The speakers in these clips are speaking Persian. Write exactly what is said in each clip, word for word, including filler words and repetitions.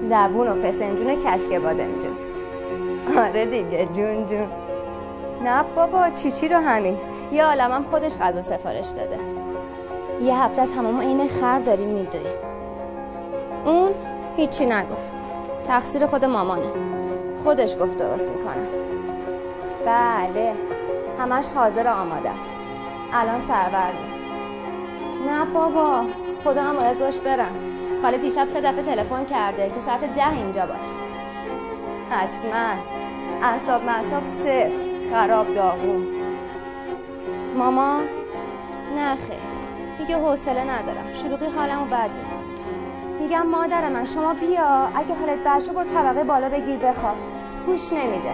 زبون و فسنجون کشک بادم جون. آره دیگه جون جون. نه بابا چیچی رو همین. یه عالمم خودش غذا سفارش داده. یه هفته از هممون عین خر داریم میدویم. اون هیچی نگفت. تقصیر خود مامانه. خودش گفت درست میکنه. بله همش حاضر آماده است. الان سرور میاد. نه بابا خدا هم باید باش برم. خاله دیشب سه دفعه تلفن کرده که ساعت ده اینجا باشه. حتما. اعصاب معصاب صفر. خراب داغون. مامان؟ نه خیر. میگه حوصله ندارم. شلوغی حالمو بد میکنه. میگم مادر من شما بیا اگه حالت بد شه برو طبقه بالا بگیر بخواب. گوش نمیده.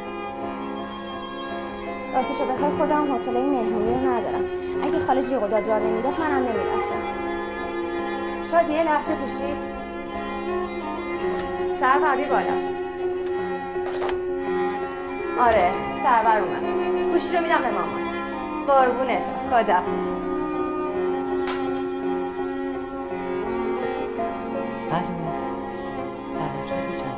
راستشو بخوای خودم حوصله مهمونی رو ندارم. اگه خاله جیغ و داد را نمیداد منم نمیرفتم. شاید یه لحظه پوشی. سرور بی بالا. آره سرور اومد. گوشی رو میدم به مامان. قربونت. خداحافظ. سلام شادی جان.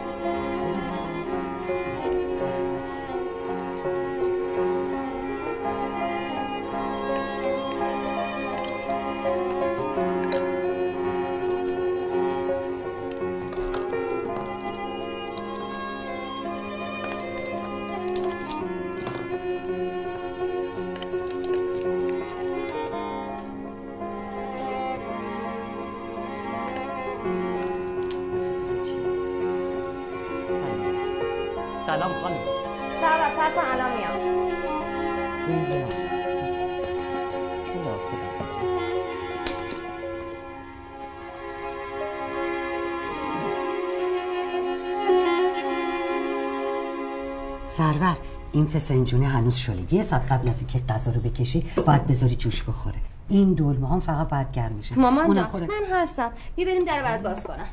سلام خانم. سرور سر کن الان میام. خیلی خدا خدا. سرور این فسنجونه هنوز شلگی. ساعت قبل از اینکه غذا رو بکشی باید بذاری جوش بخوره. این دلمه هم فقط باید گرم میشه. مامان جان خوره. من هستم. بیا بریم در برات باز کنم.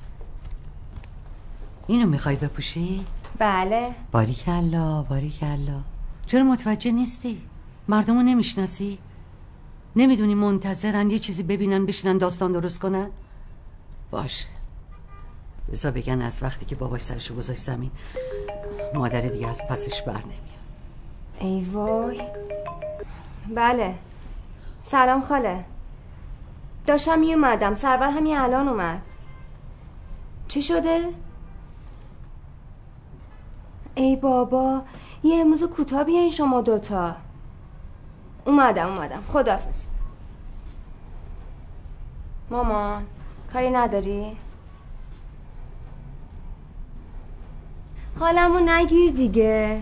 اینو میخوای بپوشی؟ بله. باریکلا باریکلا. چرا متوجه نیستی؟ مردمو نمیشناسی؟ نمیدونی منتظرن یه چیزی ببینن بشینن داستان درست کنن؟ باشه بذار بگن از وقتی که باباش سرشو گذاشت زمین مادر دیگه از پسش بر نمیاد. ای وای. بله سلام خاله. داشتم می اومدم. سرور همین الان اومد. چی شده؟ ای بابا یه امروز کوتاه بیاین شما دوتا. اومدم اومدم. خداحافظ. مامان کاری نداری؟ حالمو نگیر دیگه.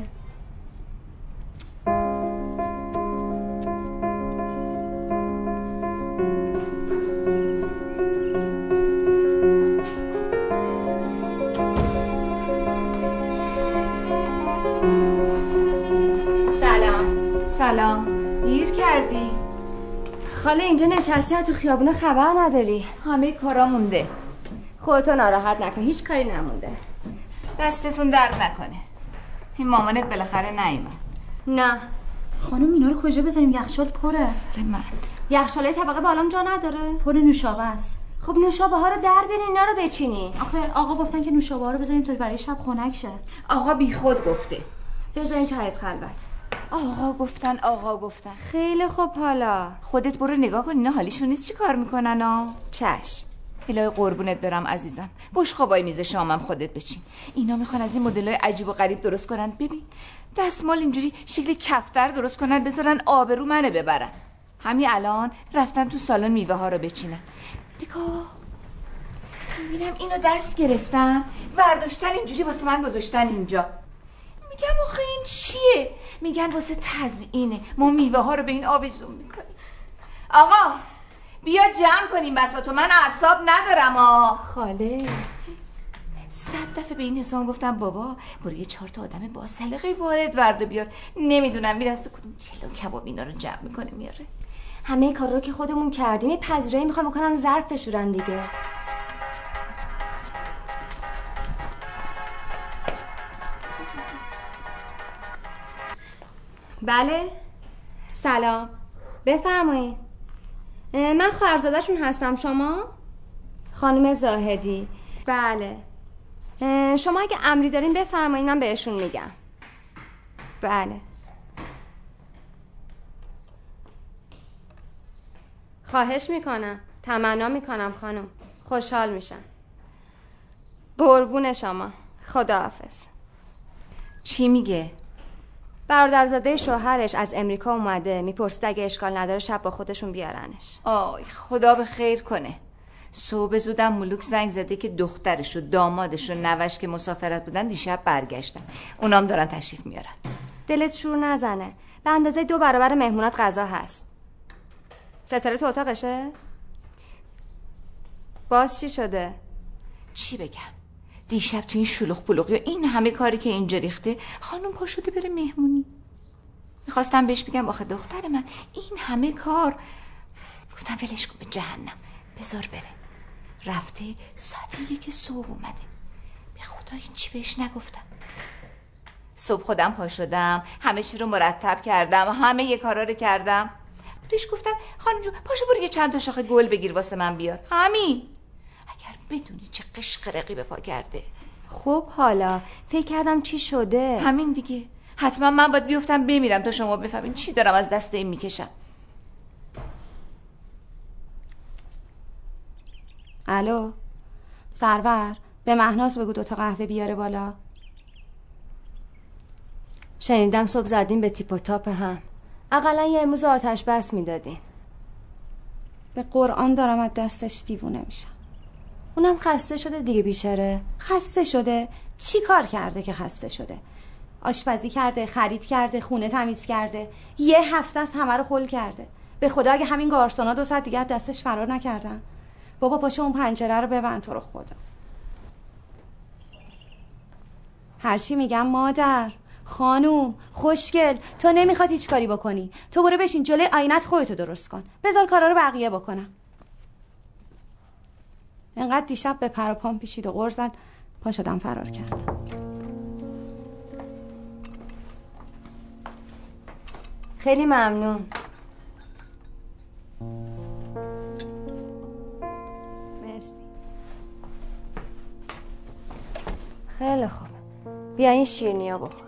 سلام. دیر کردی؟ خاله اینجا نشستی تو خیابونه خبر نداری؟ همه کارا مونده. خودتو ناراحت نکن. هیچ کاری نمونده. دستتون درد نکنه. این مامانت بالاخره نیومد. نه. خانم اینا رو کجا بذاریم؟ یخچال پره. سر من. یخچاله طبقه بالام جا نداره؟ پر نوشابه است. خب نوشابه ها رو در بیارین اینا رو بچینی. آخه آقا گفتن که نوشابه ها رو بذاریم تا برای شب خنک شه. آقا بی خود گفته. بذارین تا از خلوت. آقا گفتن آقا گفتن. خیلی خوب حالا. خودت برو نگاه کن اینا حالیشون نیست چی کار میکنن ها؟ چشم. الهی قربونت برم عزیزم. بشقابای میز شامم خودت بچین. اینا میخوان از این مدلای عجیب و غریب درست کنن. ببین دستمال اینجوری شکل کفتر درست کنن بذارن آبرو منو ببرن. همین الان رفتن تو سالن میوه ها رو بچینن. نگاه میبینم اینو دست گرفتن ورداشتن اینجوری واسه من گذاشتن اینجا. میگم آخه این چیه؟ میگن واسه تزیینه. ما میوه ها رو به این آویزون میکنیم. آقا بیا جمع کنیم بساطو. من اعصاب ندارم آ. خاله صد دفعه به این حساب گفتم بابا برو یه چهار تا آدم با سلیقه وارد ورد بیار. نمیدونم میرسته کدوم چلو کباب اینا رو جمع میکنه میاره. همه کار رو که خودمون کردیم پذیرایی میخوام بکنن ظرف بشورن دیگه. بله سلام بفرمایید. من خواهرزاده‌شون هستم. شما؟ خانم زاهدی. بله شما اگه امری دارین بفرمایید، من بهشون میگم. بله. خواهش میکنم، تمنا میکنم خانم، خوشحال میشم. قربون شما، خداحافظ. چی میگه؟ برادرزاده شوهرش از امریکا اومده، میپرسید اگه اشکال نداره شب با خودشون بیارنش. آی خدا به خیر کنه. صبح زودم ملوک زنگ زده که دخترش و دامادش و نوش که مسافرت بودن دیشب برگشتن، اونام دارن تشریف میارن. دلت شور نزنه، به اندازه دو برابر مهمونات غذا هست. ستاره تو اتاقشه؟ باز چی شده؟ چی بگم؟ دیشب تو این شلوغ پلوغی و این همه کاری که اینجا ریخته، خانم پا شده بره مهمونی. میخواستم بهش بگم آخه دختر من این همه کار، گفتم ولش کن به جهنم، بذار بره. رفته ساعت یک صبح اومده. به خدا هیچی بهش نگفتم. صبح خودم پا شدم، همه چی رو مرتب کردم، همه یه کارا رو کردم. بهش گفتم خانم جون پاشو برو یه چند تا شاخه گل بگیر واسه من بیار. همین. اگر بدونی چه قشقرقی به پا کرده. خب حالا فکر کردم چی شده. همین دیگه، حتما من باید بیفتم بمیرم تا شما بفهمین چی دارم از دست این میکشم. الو سرور، به مهناز بگو دوتا قهوه بیاره بالا. شنیدم صبح زدین به تیپ و تاپ هم، اقلا یه امروز آتش بس میدادین. به قرآن دارم از دستش دیوونه میشم. اونم خسته شده دیگه بیچاره. خسته شده؟ چی کار کرده که خسته شده؟ آشپزی کرده، خرید کرده، خونه تمیز کرده، یه هفته از همه رو خل کرده. به خدا اگه همین گارسونا دو ساعت دیگه از دستش فرار نکردن. بابا پاشو اون پنجره رو ببند تو رو خدا. هرچی میگم مادر، خانوم، خوشگل، تو نمیخواد هیچ کاری بکنی. تو برو بشین جلوی آینت خودتو درست کن، بذار کارا رو بقیه بکنم. انقدر دیشب به پر و پام پیچید و غر زد، پا شدم فرار کردم. خیلی ممنون. مرسی. خیلی خوب، بیا این شیرینیا بخور.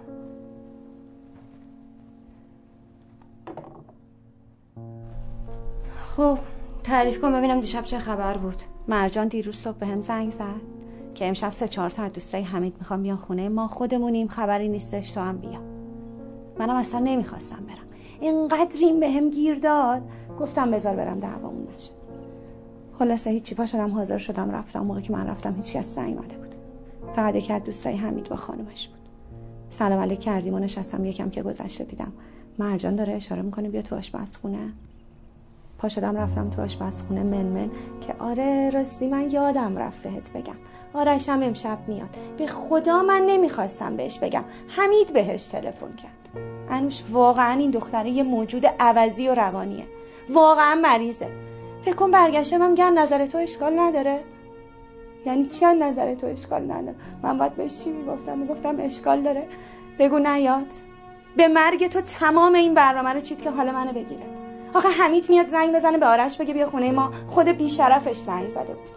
خب تعریف کن ببینم دیشب چه خبر بود. مرجان دیروز صبح به هم زنگ زد که امشب سه چهار تا از دوستای حمید میخوام بیان خونه ما، خودمونیم، خبری نیستش، تو هم بیا. منم اصلا نمیخواستم برم، اینقدر این به هم گیر داد گفتم بذار برم دعوامون نشه. خلاصه هیچی، پا شدم حاضر شدم رفتم. موقعی که من رفتم هیچ کس نیومده بود، فقط یکی از دوستای حمید با خانومش بود. سلام علیک کردیم و نشستم. یکم که گذشته دیدم مرجان داره اشاره میکنه بیا تو آشپزخونه. پا شدم رفتم تو آشپزخونه منمن که آره راستی من یادم رفت بهت بگم آرش هم امشب میاد. به خدا من نمیخواستم بهش بگم، حمید بهش تلفن کرد. انوش واقعا این دختره یه موجود عوضی و روانیه، واقعا مریضه. فکر کن برگشتم هم گن نظر تو اشکال نداره. یعنی چی نظر تو اشکال نداره؟ من باید بهش چی میگفتم؟ میگفتم اشکال داره بگو نیاد. به مرگ تو تمام این برنامه رو چید که حال منو بگیره. آخه حمید میاد زنگ بزنه به آرش بگه بیا خونه ما، خود بیشرفش زنگ زده بود.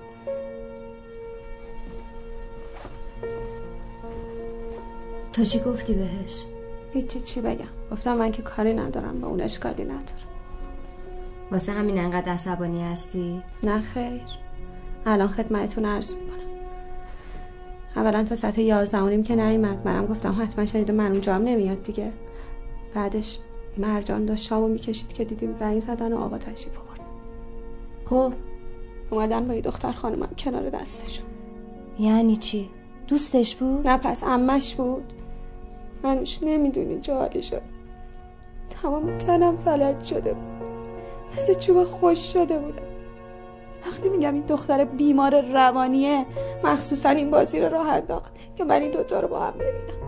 تو چی گفتی بهش؟ هیچی، چی بگم؟ گفتم من که کاری ندارم با اون، اشکالی نداره. واسه همین انقدر عصبانی هستی؟ نه خیر، الان خدمتتون عرض میکنم. اولا تا ساعت یازده و نیم که نیومد، منم گفتم حتما شنیده من اونجا هم نمیاد دیگه. بعدش مرجان داشت شامو میکشید که دیدیم زنگ زدن و آقا تشریف آورد. خب اومدن با یه دختر خانمم کنار دستشون. یعنی چی؟ دوستش بود؟ نه پس عمش بود. هنوز نمیدونی چه حالی شد. تمام تنم فلج شده بود، مثل چوب خوش شده بودم. وقتی میگم این دختر بیمار روانیه، مخصوصا این بازی رو راه انداخت که من این دوتا رو با هم ببینم.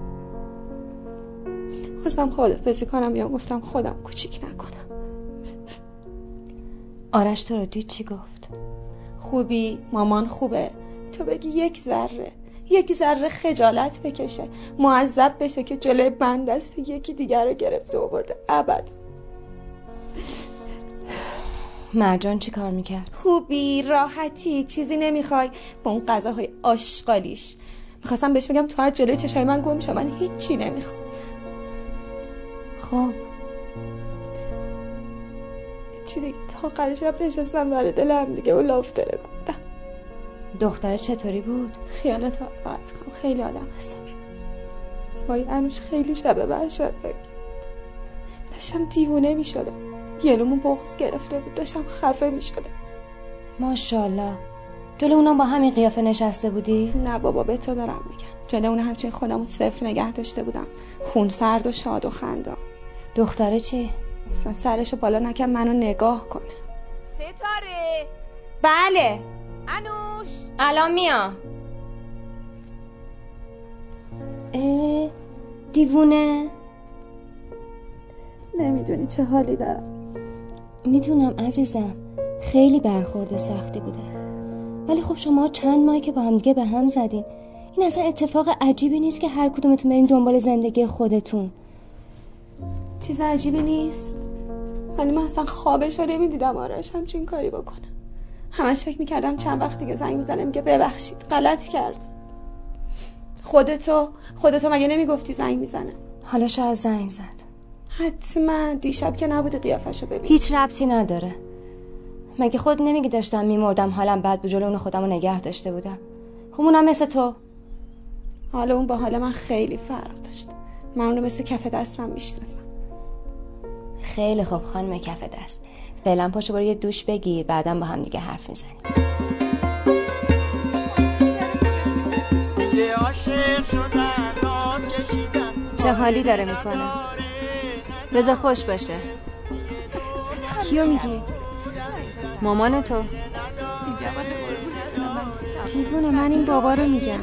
خواستم خداحافظی کنم، یا گفتم خودم کوچیک نکنم. آرش تو رو دید چی گفت؟ خوبی؟ مامان خوبه؟ تو بگی یک ذره یک ذره خجالت بکشه، معذب بشه که جلوی من دست یکی دیگر رو گرفته و برده ابد. مرجان چی کار میکرد؟ خوبی؟ راحتی؟ چیزی نمیخوای؟ با اون غذاهای آشغالیش میخواستم بهش بگم تو از جلوی چشای من گم شو، من هیچی نمیخوام. خب چی دیگه؟ تا آخر شب نشستم برای دل هم دیگه و لافتره گفتم. دختره چطوری بود؟ خیالت راحت کنم، خیلی آدم حسابی. وای انوش خیلی شب وحشتناک. داشتم دیوونه میشدم، گلومو بغض گرفته بود، داشتم خفه میشدم. ماشاءالله. جلو اونا با همین قیافه نشسته بودی؟ نه بابا، به تو دارم میگم. جلو اونا همچین خودمو صفر نگه داشته بودم، خون سرد و شاد و خندان. دختره چی؟ اصلا سرشو بالا نکن منو نگاه کنه. ستاره. بله انوش الان میام. اه دیوونه. نمیدونی چه حالی دارم. میدونم عزیزم، خیلی برخورد سختی بوده، ولی خب شما چند ماهی که با هم دیگه به هم زدین. این اصلا اتفاق عجیبی نیست که هر کدومتون برین دنبال زندگی خودتون. چیز عجیبی نیست، ولی من اصلا خوابشو نمیدیدم آرش همچین کاری بکنه. همش فکر میکردم چند وقت دیگه زنگ میزنه میگه ببخشید غلط کردم. خودتو خودتو مگه نمیگفتی زنگ میزنه؟ حالا شاید زنگ زد. حتما دیشب که نبوده قیافشو ببین. هیچ ربطی نداره. مگه خود نمیگی داشتم میمردم حالم بد بود جلو اون خودمو نگه داشته بودم؟ خب اونم مثل تو. حالا اون با حال من خیلی فرق داشت. من اونو مثل کف دستم میشناسم. خیلی خوب خانم کف دست، فعلا پاشو برو یه دوش بگیر، بعدم با هم دیگه حرف میزنیم. چه حالی داره میکنه؟ بذار خوش باشه. کیو میگی؟ مامان تو. دیوونه، من این بابا رو میگم.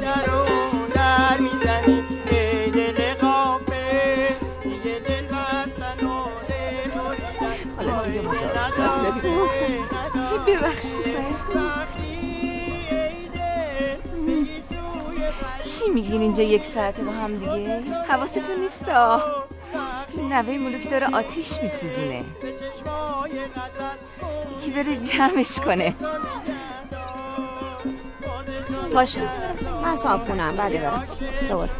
چی میگین اینجا یک ساعته با هم دیگه؟ حواستون نیستا؟ این نوه ملوک داره آتیش میسوزونه. یکی بره جمعش کنه. پاشو من صابخونم بعد برم. دوباره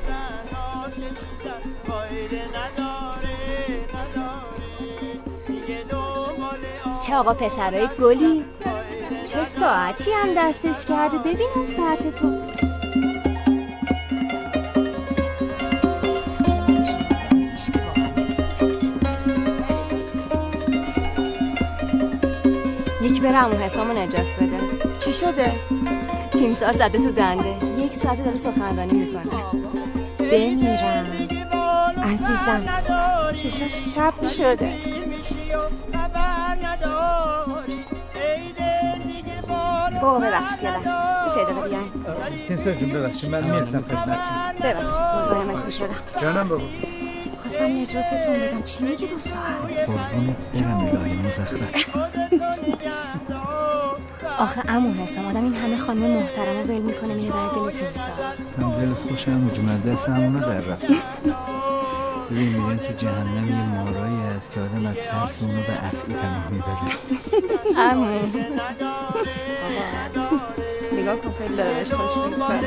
چه آقا پسرای گلی، چه ساعتی هم دستش کرده. ببینم ساعت تو. یک بره همون حسامو نجات بده. چی شده؟ تیمسار زده تو دنده، یک ساعت داره سخنرانی میکنه. بمیرم عزیزم، چشاش چپ شده. بابا ببخشید یه لحظه میشه دقیقه بیاین؟ تیمسار جون ببخشید من میرسم خدمتتون. ببخشید مزاحمتون شدم. جانم بابا. خواستم نجاتتون بدم. چی میگی دو ساعت؟ قربونت برم الهی مزخرف. آخه عمو حسام آدم این همه خانم محترمو ول میکنه میره برای دل تیمسار. هم دلت خوشه هم جون دست همونو در رفت. ببین میگن تو جهنم یه مارایی هست که آدم از ترس اونو به افعی پناه میبره. عمو نگاه کن خیلی داره بهش خوش میگذره.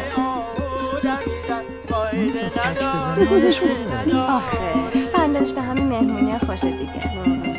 تک بزنه حالش خوبه. آخه بندش به همین مهمونی خوشه دیگه.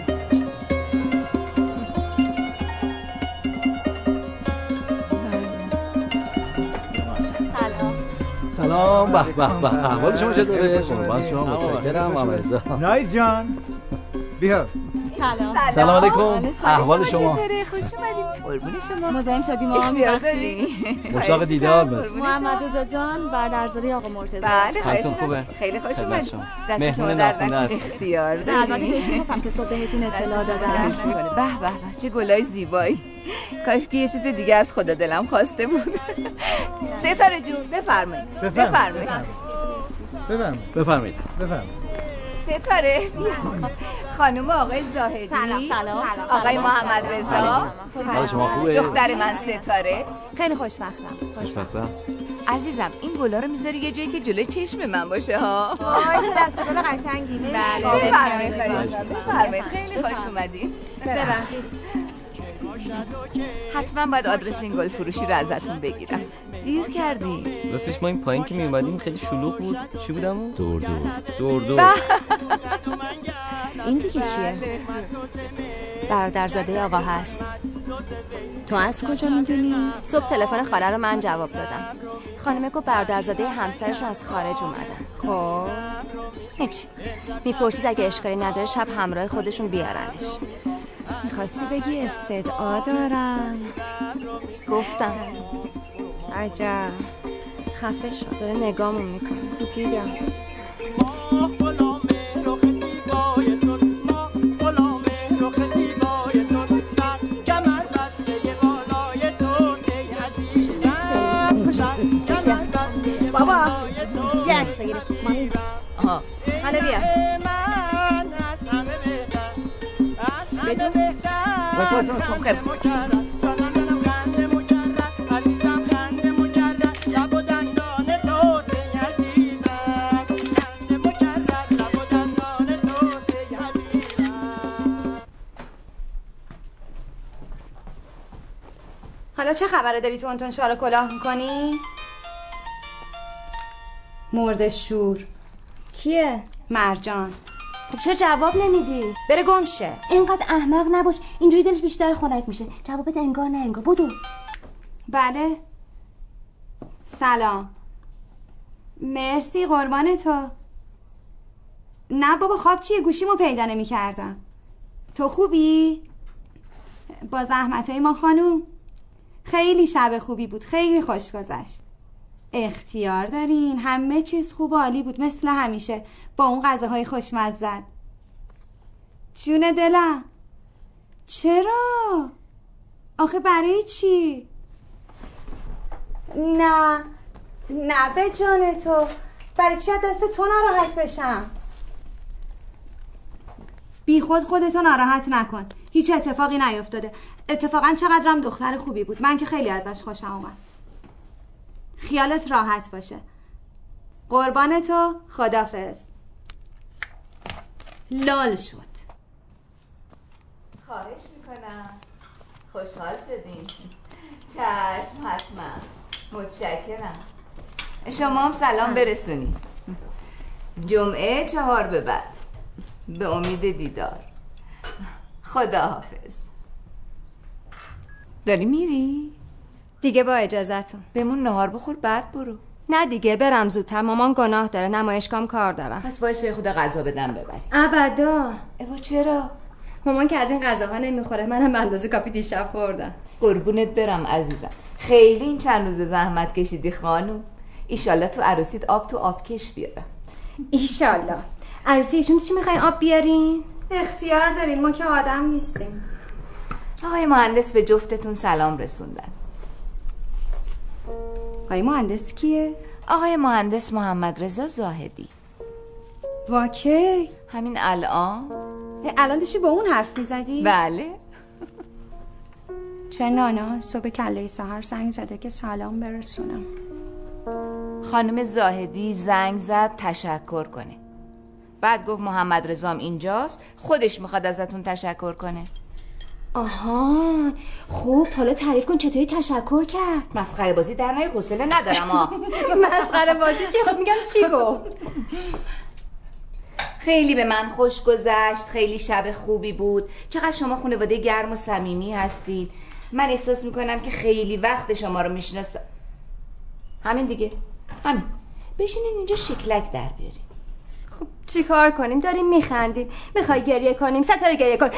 سلام. به به به. احوال شما چطوره؟ قربان شما، متشکرم. آمرزا ناید جان بیا. سلام. سلام علیکم. احوال شما؟ چطوره؟ خوش اومدید. قربون شما. مزاحم شدیم ما. اختیار دارین. مشتاق دیدار بس. محمد رضا جان برادرزاده آقا مرتضی. بله حالتون خوبه؟ خیلی خوش خدمت اومدید. شما. دست شما مهمون در ناخونه نکنه. هست. اختیار البته دارین. بهشون گفتم که صبح بهتون اطلاع دادم. به به به چه گلای زیبایی. کاش که یه چیز دیگه از خدا دلم خواسته بود. ستاره جون بفرمایید. بفرمایید. بفرمایید. بفرمایید. بفرمایید. ستاره بیا. خانم آقای زاهدی. سلام سلام. آقای محمد رضا. حال شما خوبه؟ دختر من ستاره. خیلی خوشبختم. خوشبختم. عزیزم این گلا رو میذاری یه جایی که جلوی چشم من باشه ها. وای چه دست گل قشنگی. بله بفرمایید. بفرمایید خیلی خوش اومدین. ببخشید حتما باید آدرس این گل فروشی رو ازتون بگیرم. دیر کردی. راستش ما این پایین که می اومدیم خیلی شلوغ بود. چی بودم؟ دور دور دور دور. این دیگه کیه؟ برادرزاده آقا هست. تو از کجا میدونی؟ صبح تلفن خاله رو من جواب دادم. خانمه گفت برادرزاده همسرشون از خارج اومدن. خب هیچ. میپرسید اگه اشکالی نداره شب همراه خودشون بیارنش. میخواستی بگی استدعا دارم. گفتم عجب. خفه شد، داره نگامون میکنه. دیدم. بابا یه عکس بگیریم. آها حالا بیا. بدو. باش باش باش. خیلی حالا چه خبره داری تو اونتون شال کلاه میکنی؟ مرد شور. کیه؟ مرجان. خب چرا جواب نمیدی؟ بره گم شه. اینقدر احمق نباش، اینجوری دلش بیشتر خنک میشه. جوابت انگار نه انگار. بدو. بله. سلام. مرسی قربان تو. نه بابا خواب چیه، گوشیمو پیدا نمی کردم. تو خوبی؟ با زحمتای ما خانوم. خیلی شب خوبی بود، خیلی خوش گذشت. اختیار دارین، همه چیز خوب و عالی بود مثل همیشه با اون غذاهای خوشمزه. جون دلم. چرا؟ آخه برای چی؟ نه نه به جان تو. برای چی از دست تو ناراحت بشم؟ بی خود خودتو ناراحت نکن، هیچ اتفاقی نیفتاده. اتفاقا چقدرم دختر خوبی بود، من که خیلی ازش خوشم اومد. خیالت راحت باشه. قربان تو. خدافظ. لال شد. خواهش میکنم. خوشحال شدیم. چشم حتما. متشکرم. شما هم سلام برسونی. جمعه چهار به بعد. به امید دیدار. خداحافظ. داری میری؟ دیگه با اجازهتون. بمون نهار بخور بعد برو. نه دیگه برم زودتر، مامان گناه داره، نمایشگاهم کار دارم. پس وایسای خود غذا بدم ببری. ابدا. ایوا چرا؟ مامان که از این غذاها نمیخوره، منم به اندازه کافی دیشب خوردم. قربونت برم عزیزم. خیلی این چند روز زحمت کشیدی خانوم. ایشالله تو عروسیت آب تو آبکش بیارم. ایشالله. عروسی ایشون چی میخواین آب بیارین؟ اختیار دارین، ما که آدم نیستیم. آقای مهندس به جفتتون سلام رسوندن. آقای مهندس کیه؟ آقای مهندس محمد رضا زاهدی. واکی؟ همین الان؟ الان داشتی با اون حرف میزدی؟ بله. چه نانا صبح کله سحر زنگ زده که سلام برسونم. خانم زاهدی زنگ زد تشکر کنه. بعد گفت محمد رضام اینجاست، خودش میخواد ازتون تشکر کنه. آها خوب، حالا تعریف کن چطوری تشکر کرد. مسخره بازی در نیار، حوصله ندارم ها. مسخره بازی چی؟ خب میگم چی گفت. خیلی به من خوش گذشت، خیلی شب خوبی بود. چقدر شما خانواده گرم و صمیمی هستید. من احساس میکنم که خیلی وقت شما رو میشناسم. همین دیگه، همین. بشینین اینجا شکلک در بیارین. خب چی کار کنیم؟ داریم میخندیم. میخوای گریه کنیم؟ ستاره گریه کن.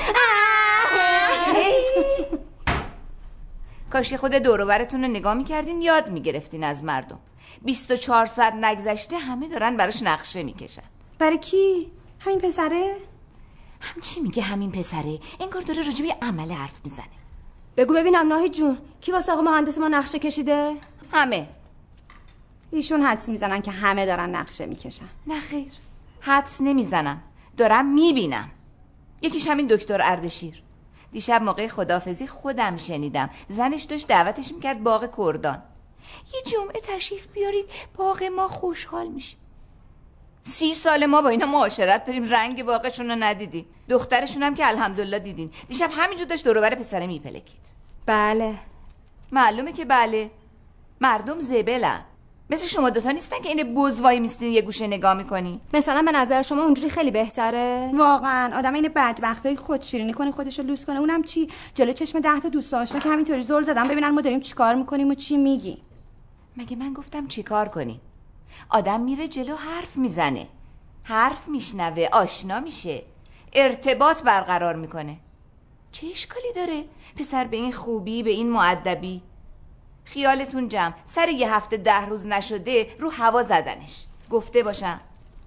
کاش خود دور و برتون رو نگاه میکردین، یاد میگرفتین از مردم. بیست و چهار ساعت نگذشته همه دارن براش نقشه میکشن. برای کی؟ همین پسره؟ هم چی میگه همین پسره؟ انگار داره راجع به عمل حرف میزنه. بگو ببینم ناهید جون، کی واسه آقا مهندس ما نقشه کشیده؟ همه. ایشون حدس میزنن که همه دارن نقشه میکشن. نه خیر، حدس نمیزنم، دارم میبینم. یکیش همین دکتر اردشیر. دیشب موقع خداحافظی خودم شنیدم زنش داشت دعوتش میکرد باغ کردان. یه جمعه تشریف بیارید باغ ما، خوشحال میشیم. سی سال ما با اینا معاشرت داریم، رنگ باغشون رو ندیدیم. دخترشون هم که الحمدلله دیدین. دیشب همینجور داشت دور و بر پسره میپلکید. بله. معلومه که بله. مردم زبلن. مثل شما دوتا نیستن که این بزوایی میستین یه گوشه نگاه میکنی. مثلا به نظر شما اونجوری خیلی بهتره؟ واقعا آدم این بدبختای خود شیرینی کنه خودشو لوس کنه، اونم چی جلو چشم ده تا دوست آشنا که همینطوری زل زدن ببینن ما داریم چیکار میکنیم و چی میگی. مگه من گفتم چیکار کنی؟ آدم میره جلو حرف میزنه، حرف میشنوه، آشنا میشه، ارتباط برقرار میکنه. چه اشکالی داره پسر به این خوبی، به این مؤدبی؟ خیالتون جمع، سر یه هفته ده روز نشده رو هوا زدنش. گفته باشم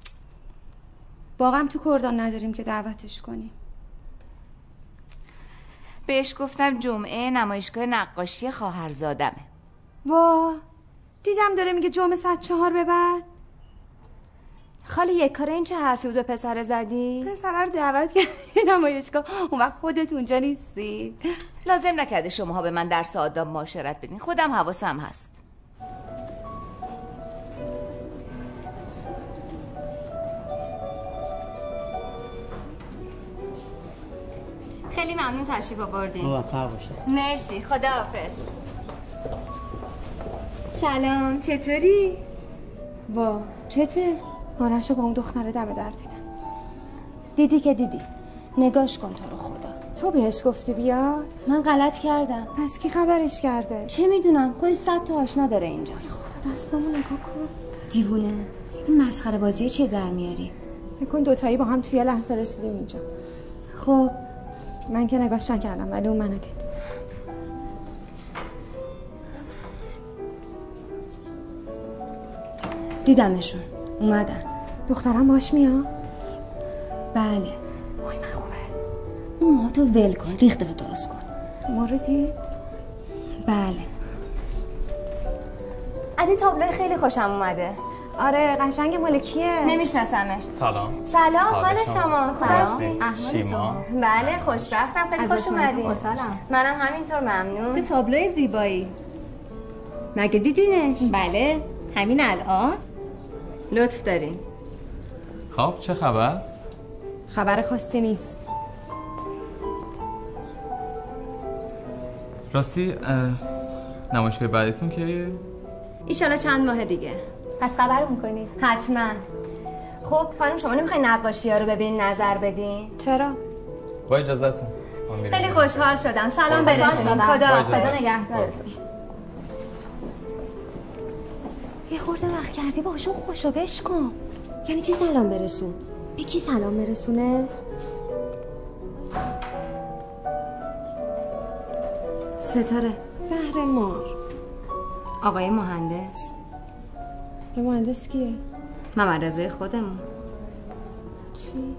واقعا تو کردان نداریم که دعوتش کنیم. بهش گفتم جمعه نمایشگاه نقاشی خواهرزادمه. وا دیدم داره میگه جمعه ساعت چهار به بعد. خاله یک کاره این چه حرفی بود به پسر زدی؟ پسر رو دعوت کردی نمایشگاه، اون وقت خودت اونجا نیستی. لازم نکرده شماها به من درس آداب معاشرت بدین، خودم حواسم هست. خیلی ممنون تشریف آوردین. موفق باشه. مرسی، خداحافظ. سلام، چطوری؟ وا چته؟ آرشو با اون دختره دم در دیدم. دیدی که دیدی، نگاش کن تو رو خدا. تو بهش گفتی بیاد؟ من غلط کردم. پس کی خبرش کرده؟ چه میدونم، خودش صد تا آشنا داره اینجا. ای خدا دستمو نگاه کن. دیوونه، این مسخره بازی چیه در میاری؟ بکن دوتایی با هم توی لحظه رسیدیم اینجا. خب من که نگاش نکردم ولی اون منو دید. دیدمشون اومدن. دخترم باش میاد؟ بله. وای من خوبه. اون موهاتو ول کن، ریختتو درست کن. ما رو دید؟ بله. از این تابلو خیلی خوشم اومده. آره قشنگ مال کیه؟ نمیشناسمش. سلام. سلام، حال شما؟ خوب هستی؟ احوال شما؟ بله خوشبختم، خیلی خوش اومدین. خوشحالم. منم همینطور ممنون. چه تابلوی زیبایی. مگه دیدینش؟ بله، همین الان. لطف دارین. خب چه خبر؟ خبر خاصی نیست. راستی نمایشگاه بعدیتون که ایشالا چند ماه دیگه. پس خبر میکنید؟ حتما. خب خانم شما نمیخواین نقاشی ها رو ببینین نظر بدین؟ چرا؟ با اجازهتون. خیلی خوشحال شدم. سلام برسونید. خدا خدا نگهدارتون. یه خورده وقت کردی باشون خوشو بش کن. یعنی چی سلام برسون؟ به کی سلام برسونه؟ ستاره. زهر مار. آقای مهندس. مهندس کیه؟ محمد رضای خودمون. چی؟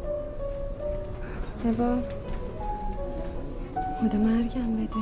بابا خدا مرگم بده.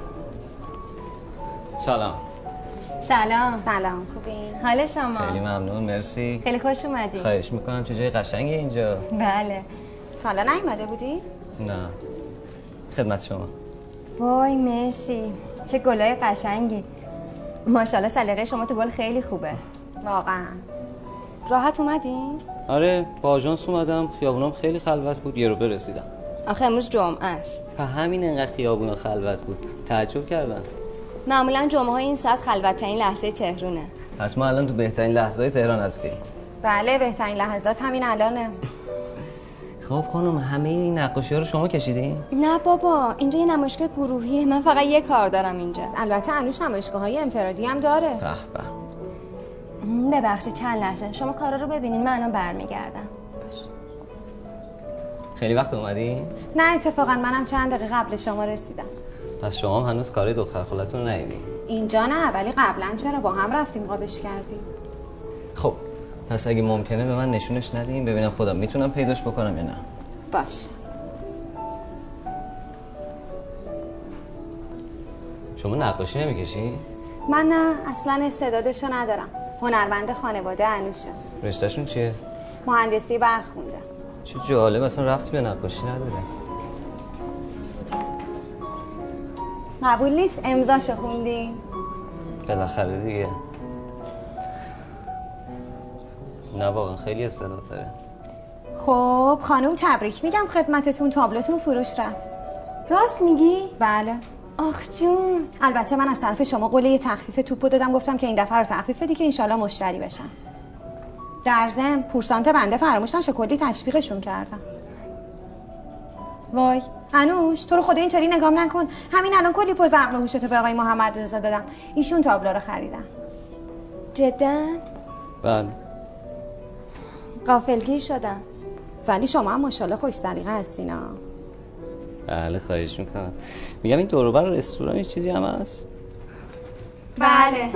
سلام. سلام. سلام خوبین؟ حال شما؟ خیلی ممنون مرسی. خیلی خوش اومدی. خواهش میکنم. چه جای قشنگی اینجا. بله. تا حالا نیومده بودی؟ نه. خدمت شما. وای مرسی. چه گلای قشنگی. ماشاءالله سلیقه شما تو گل خیلی خوبه. واقعا. راحت اومدین؟ آره با آژانس اومدم، خیابونام خیلی خلوت بود، یه رو برسیدم. آخه امروز جمعه است. تا همین انقدر خیابونا خلوت بود. تعجب کردم. معمولا جمعه های این ساعت خلوت ترین لحظه تهرونه. پس ما الان تو بهترین لحظه‌های تهران هستیم. بله بهترین لحظات همین الانه. خب خانم همه این نقاشی‌ها رو شما کشیدین؟ نه بابا، اینجا یه نمایشگاه گروهیه. من فقط یه کار دارم اینجا. البته انوش نمایشگاه‌های انفرادی هم داره. به به. ببخشید چند لحظه شما کارا رو ببینین، من الان برمیگردم. خیلی وقت اومدین؟ نه اتفاقا منم چند دقیقه قبل شما رسیدم. پس شما هم هنوز کارهای دختر خالتون رو ندیدین؟ اینجا نه ولی قبلا چرا با هم رفتیم قابش کردیم. خب پس اگه ممکنه به من نشونش ندین ببینم خودم میتونم پیداش بکنم یا نه. باش. شما نقاشی نمیکشی؟ من نه اصلا استعدادشو ندارم. هنرمند خانواده انوشه. رشتهشون چیه؟ مهندسی برخونده. چه جالب، اصلا ربطی به نقاشی نداره. قبول نیست امضاشو خوندی؟ بالاخره دیگه. نه واقعا خیلی استعداد داره. خب خانم تبریک میگم خدمتتون، تابلوتون فروش رفت. راست میگی؟ بله. آخ جون. البته من از طرف شما قول یه تخفیف توپو دادم، گفتم که این دفعه رو تخفیف بدی که انشالله مشتری بشن. در ضمن پورسانت بنده فراموش نشه کلی تشویقشون کردم. وای انوش تو رو خدا اینطوری نگام نکن، همین الان کلی پوز عقل و هوشتو به آقای محمد رضا دادم، ایشون تابلو رو خریدن. جدا؟ بله. غافلگیر شدم. ولی شما هم ماشاءالله خوش سلیقه هستینا. بله خواهش میکنم. میگم این دور و بر رستوران یه چیزی هم هست؟ بله.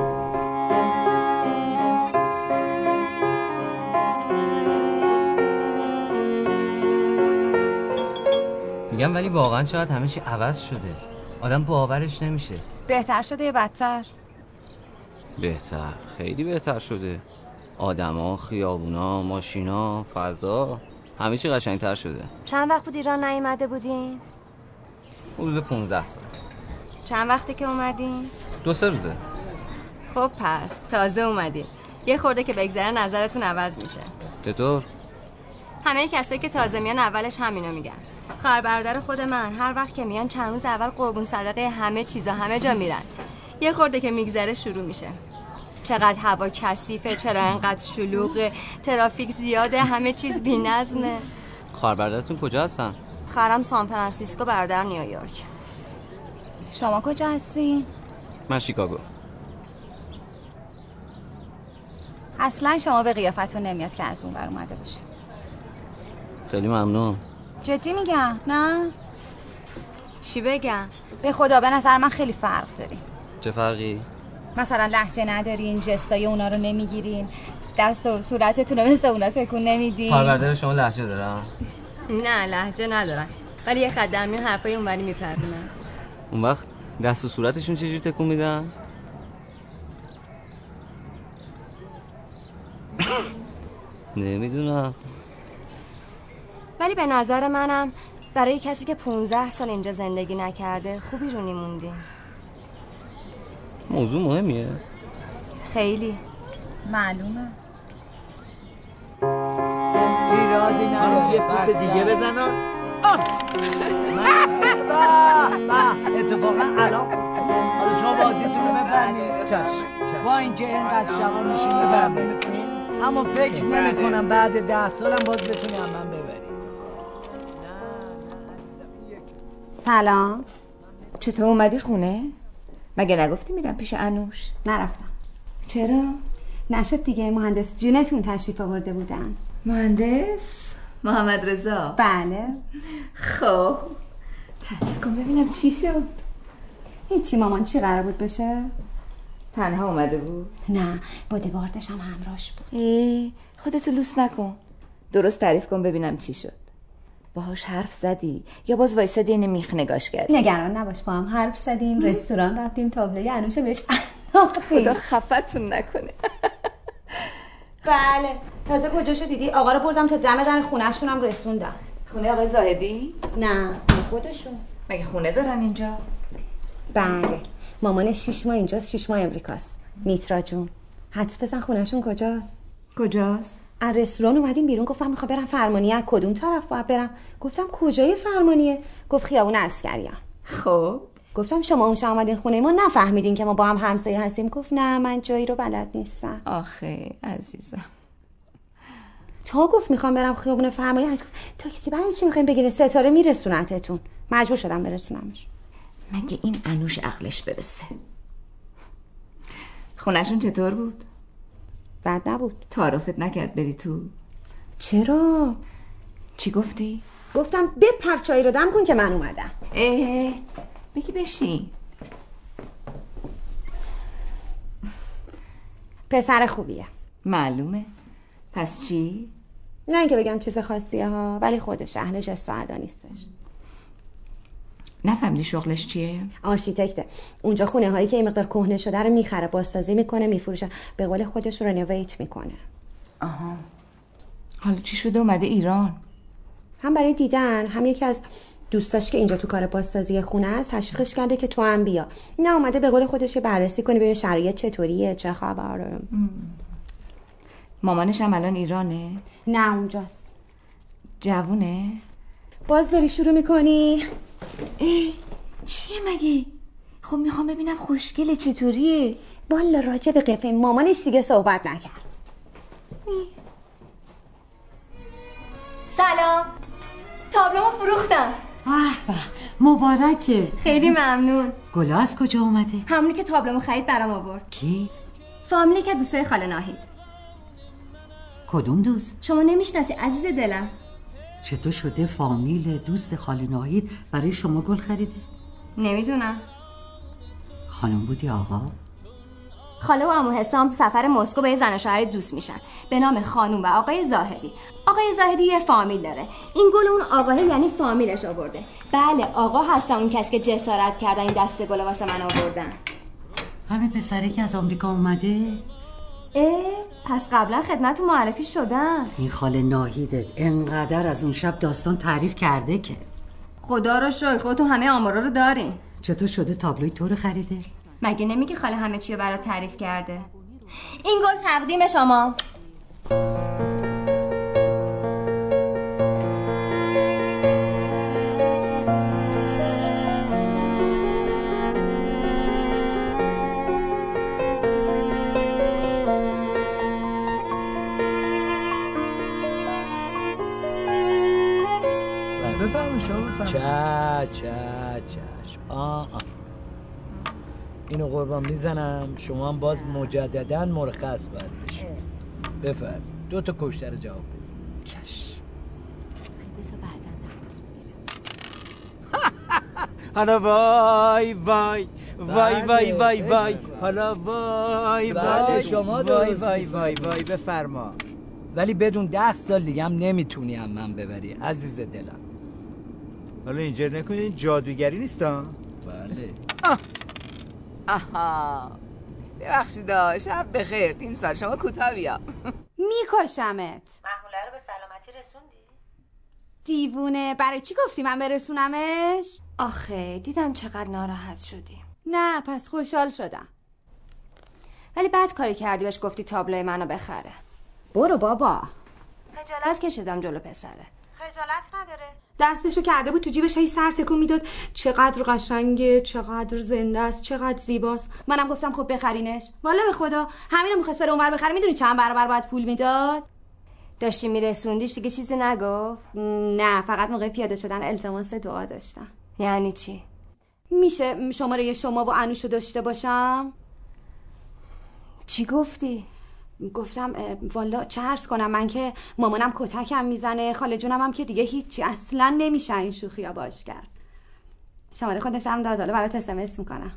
میگم ولی واقعا شاید همه چی عوض شده، آدم باورش نمیشه. بهتر شده یا بدتر؟ بهتر، خیلی بهتر شده. آدما، خیابونا، ماشینا، فضا، همه چی قشنگتر شده. چند وقت بود ایران نیومده بودین؟ حدود پونزده سال. چند وقتی که اومدین؟ دو سه روزه. خب پس تازه اومدین، یه خورده که بگذره نظرتون عوض میشه. چطور؟ همه کسایی که تازه میان اولش همینو میگن. خواهر برادر خود من هر وقت که میان چند روز اول قربون صدقه همه چیزا همه جا میرن، یه خورده که میگذره شروع میشه. چقدر هوا کثیفه، چرا انقدر شلوغه، ترافیک زیاده، همه چیز بی‌نظمه. خواهر برادرتون کجا هستن؟ خواهرم سان فرانسیسکو، برادر نیویورک. شما کجا هستین؟ من شیکاگو. اصلا شما به قیافتون نمیاد که از اون ور اومده باشی. خیلی ممنون. جدی میگم نه؟ چی بگم؟ به خدا به نظر من خیلی فرق داریم. چه فرقی؟ مثلا لهجه ندارین، جستای اونا رو نمیگیرین، دست و صورتتون رو مثل اونا تکون نمیدین. خواهر برادر شما لهجه دارن؟ نه لهجه ندارن، ولی یه خط در میون حرفای اونوری میپرونن. اون وقت دست و صورتشون چجوری تکون میدن؟ نمیدونم. ولی به نظر منم برای کسی که پونزده سال اینجا زندگی نکرده خوبی رو نیموندین. موضوع مهمیه. خیلی معلومه. ایرادی نداره، یه فوت دیگه بزنم. من اتفاقا الان حالا شما بازیتون رو بفرمایید. چشم. با اینکه اینقدر شبا میشین بفرمایید میکنیم، اما فکر نمی کنم بعد ده سالم باز بتونی هم من ببرید. سلام. چطور اومدی خونه؟ مگه نگفتی میرم پیش انوش؟ نرفتم. چرا؟ نشد دیگه، مهندس جونتون تشریف آورده بودن. مهندس؟ محمد رضا؟ بله. خب تعریف کن ببینم چی شد. هیچی مامان، چی قرار بود بشه؟ تنها اومده بود؟ نه بادیگاردش هم همراهش بود. ای خودتو لوس نکن، درست تعریف کن ببینم چی شد. باهاش حرف زدی یا باز وایسادی این میخ نگاش کردی؟ نگران نباش، با هم حرف زدیم، رستوران رفتیم، تابلوی انوشه بهش انداختیم. خدا خفتون نکنه. بله. تازه کجاشو دیدی؟ آقا رو بردم تا دم در خونه‌شون هم رسوندم. خونه آقای زاهدی؟ نه خونه خودشون. مگه خونه دارن اینجا؟ بله. مامان شش ماه اینجاست، شش ماه امریکاست. میترا جون حدس بزن خونه‌شون کجاست؟ کجاست؟ از رستوران اومدیم بیرون، گفت من میخوام برم فرمانیه. از کدوم طرف باید برم؟ گفتم کجای فرمانیه؟ گفت خیابون عسکریه. خب گفتم شما اون شب اومدین خونه ما نفهمیدین که ما با هم همسایه هستیم؟ گفت نه من جایی رو بلد نیستم. آخه عزیزم. تا گفت میخوام برم خیابون فرمانیه، گفت تاکسی برای چی میخوایم بگیرین؟ ستاره میرسونتتون. مجبور شدم برسونمش. مگه این انوش عقلش برسه. خونه‌شون چطور بود؟ بد نبود. تعارفت نکرد بری تو؟ چرا؟ چی گفتی؟ گفتم بپر چایی رو دم کن که من اومدم. اه بگی بشین. پسر خوبیه. معلومه. پس چی؟ نه اینکه بگم چیز خاصیه ها، ولی خودش اهلش استعدا نیستش. نفهمیدی شغلش چیه؟ آرشیتکته. اونجا خونه هایی که این مقدار کهنه شده رو میخره، بازسازی میکنه، میفروشه، به قول خودش رنوویت میکنه. آها. حالا چی شده اومده ایران؟ هم برای دیدن، هم یکی از دوستاش که اینجا تو کار بازسازی خونه است تشویقش کرده که تو هم بیا. نه اومده به قول خودش بررسی کنه ببین شرایط چطوریه، چه خبره. مامانش هم الان ایرانه؟ نه اونجاست. جوونه؟ باز داری شروع میکنی؟ ای چیه مگه؟ خب میخوام ببینم خوشگله چطوریه. والا راجع به قیافه مامانش دیگه صحبت نکرد. سلام، تابلومو فروختم. به به، مبارکه. خیلی ممنون. گلا از کجا اومده؟ همونی که تابلومو خرید برام آورد. کی؟ فامیلی که دوستای خاله ناهید. کدوم دوست؟ شما نمیشناسی عزیز دلم. چطور شده فامیل دوست خاله ناهید برای شما گل خریده؟ نمیدونم. خانم بودی آقا؟ خاله و عمو حسام تو سفر مسکو به یه زن و شوهر دوست میشن به نام خانم و آقای زاهدی. آقای زاهدی یه فامیل داره. این گل اون آقاه یعنی فامیلش آورده. بله آقا هستم اون کسی که جسارت کردن این دسته گل واسه من آوردن. همین پسره که از آمریکا اومده؟ اه پس قبلا خدمتتون معرفی شدن. این خاله ناهیدت انقدر از اون شب داستان تعریف کرده که خدا رو شکر خودتون همه آمارا رو دارین. چطور شده تابلوی تو رو خریده؟ مگه نمیگی خاله همه چی رو برات تعریف کرده؟ این گل تقدیم شما. بفرمایید شما بفرمایید. چش چش چش. آه آه. اینو قربان میزنم شما هم باز مجددا مرخص باید بشید. بفرمایید دو تا کشتر جواب بدید. چش. بذار بعداً درس میگیرم. حالا وای وای وای وای وای وای حالا وای وای شما وای وای وای وای بفرما. ولی بدون ده سال دیگه هم نمیتونی هم من ببری عزیز دلم. حالا اینجا نکنید این جادوگری نیستا؟ بله. آه. آها ببخشید شب بخیر. تیم سال شما کوتاه بیا. میکشمت. محموله رو به سلامتی رسوندی؟ دیوونه برای چی گفتی من برسونمش؟ آخه دیدم چقدر ناراحت شدی. نه پس خوشحال شدم. ولی بعد کاری کردی بهش گفتی تابلوی منو بخره. برو بابا. خجالت کشیدم جلو پسره. خجالت نداره. دستشو کرده بود تو جیبش هی سر تکون میداد چقدر قشنگه چقدر زنده است چقدر زیباست. منم گفتم خب بخرینش. والا به خدا همینو می‌خواست بره اونور بخره. میدونی چند برابر باید پول میداد؟ داشتی میرسوندیش دیگه چیزی نگفت؟ نه فقط موقع پیاده شدن التماس دعا داشتم. یعنی چی؟ میشه شماره شما و انوشو داشته باشم؟ چی گفتی؟ گفتم والا چه عرض کنم من که مامانم کتکم میزنه خاله جونم هم که دیگه هیچی اصلا نمیشه این شوخیا باش کرد. شماره خودش هم داد حالا برات اس ام اس میکنم.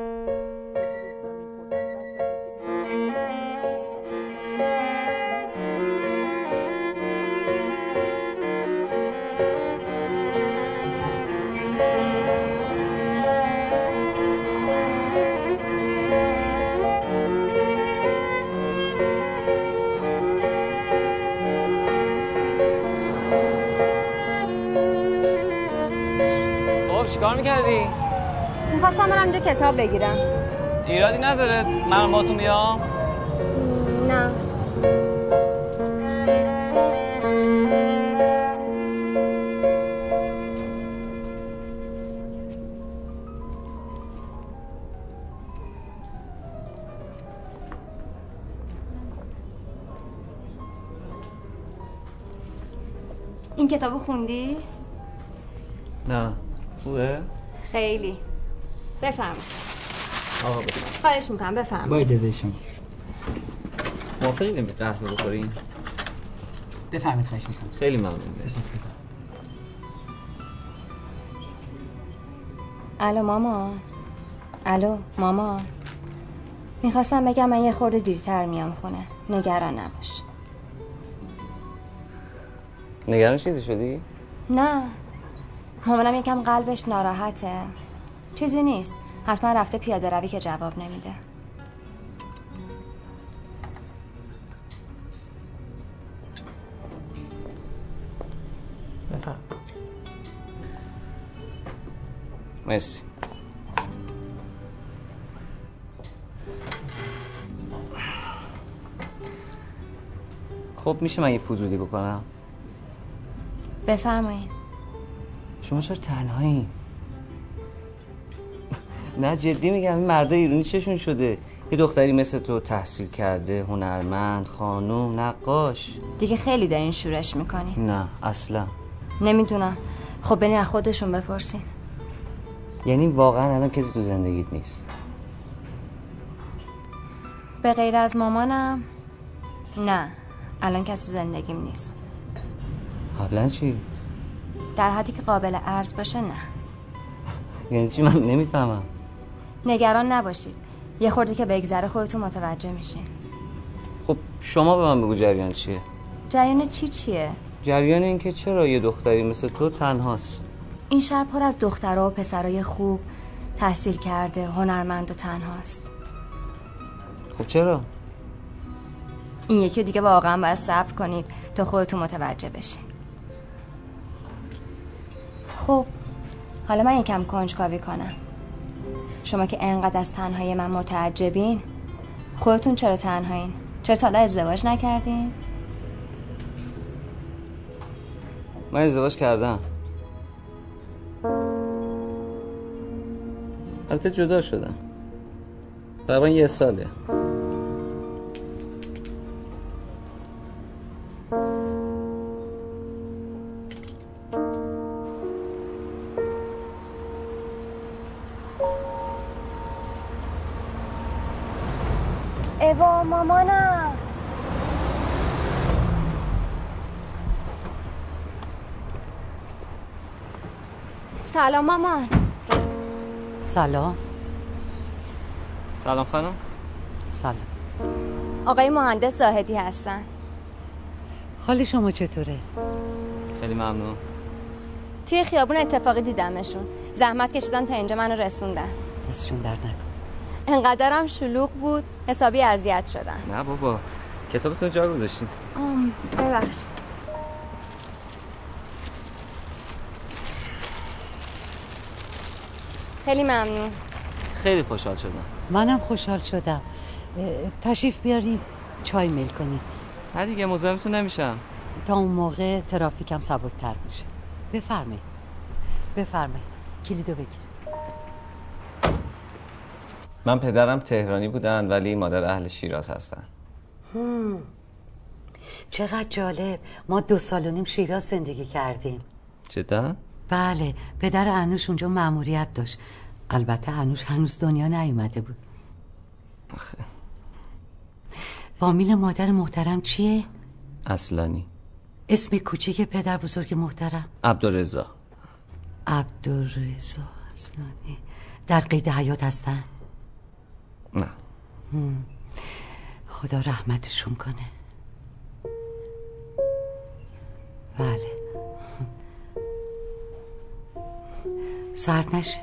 چیکار میکردی؟ میخواستم برم اینجا کتاب بگیرم. ایرادی نداره من با تو بیام؟ نه این کتابو خوندی؟ نه خوبه؟ خیلی. بفرم. آقا بفرم. خواهش میکنم بفرم. با اجازه شما. موافقی بریم قهوه بخوریم؟ بفرمایید خواهش میکنم. خیلی ممنون. مرسی. الو مامان. الو مامان. میخواستم بگم من یه خورده دیرتر میام خونه. نگران نباش. نگران چیزی شدی؟ نه. مامانم یکم قلبش ناراحته. چیزی نیست. حتما رفته پیاده روی که جواب نمیده. بفرم. مرسی. خب میشه من یه فضولی بکنم؟ بفرمایید. شما چرا تنهایی؟ نه جدی میگم، این مردا ایرانی چشون شده؟ یه دختری مثل تو تحصیل کرده، هنرمند، خانوم، نقاش. دیگه خیلی دارین شورش میکنی. نه اصلا. نمیدونم. خب برین از خودشون بپرسین. یعنی واقعا الان کسی تو زندگیت نیست؟ به غیر از مامانم نه، الان کسی تو زندگیم نیست. قبلا چی؟ در حدی که قابل عرض باشه نه. یعنی چی؟ من نمیفهمم. نگران نباشید، یه خورده که بگذره خودتون متوجه میشین. خب شما به من بگو جریان چیه؟ جریان چی چیه؟ جریان این که چرا یه دختری مثل تو تنهاست. این شهر پر از دخترها و پسرای خوب، تحصیل کرده، هنرمند و تنهاست. خب چرا؟ این یکی دیگه واقعا باید صبر کنید تا خودتون متوجه بشین. خب حالا من یکم کنجکاوی کنم. شما که انقدر از تنهایی من متعجبین، خودتون چرا تنهایین؟ چرا تا حالا ازدواج نکردین؟ من ازدواج کردم. البته جدا شدم. تقریبا یه ساله. ایوا مامانم. سلام مامان. سلام. سلام خانم. سلام. آقای مهندس زاهدی هستن. حال شما چطوره؟ خیلی ممنون. توی خیابون اتفاقی دیدمشون، زحمت کشیدن تا اینجا منو رسوندن. دستشون در نکن. انقدرم شلوغ بود حسابی اذیت شدن. نه بابا، کتابتون جا گذاشتین. آم ببخشید. خیلی ممنون. خیلی خوشحال شدم. منم خوشحال شدم. تشریف بیارین چای میل کنید. نه دیگه مزاحمتون نمیشم. تا اون موقع ترافیکم سبک‌تر میشه. بفرمایید. بفرمایید. کلیدو بگیر. من پدرم تهرانی بودن ولی مادر اهل شیراز هستن. هم. چقدر جالب. ما دو سال و نیم شیراز زندگی کردیم. جدا؟ بله، پدر انوش اونجا مأموریت داشت. البته انوش هنوز دنیا نیومده بود. آخه فامیل مادر محترم چیه؟ اصلانی. اسم کوچیک پدر بزرگ محترم؟ عبدالرضا. عبدالرضا اصلانی. در قید حیات هستن؟ نه. هم. خدا رحمتشون کنه. بله. سرد نشه.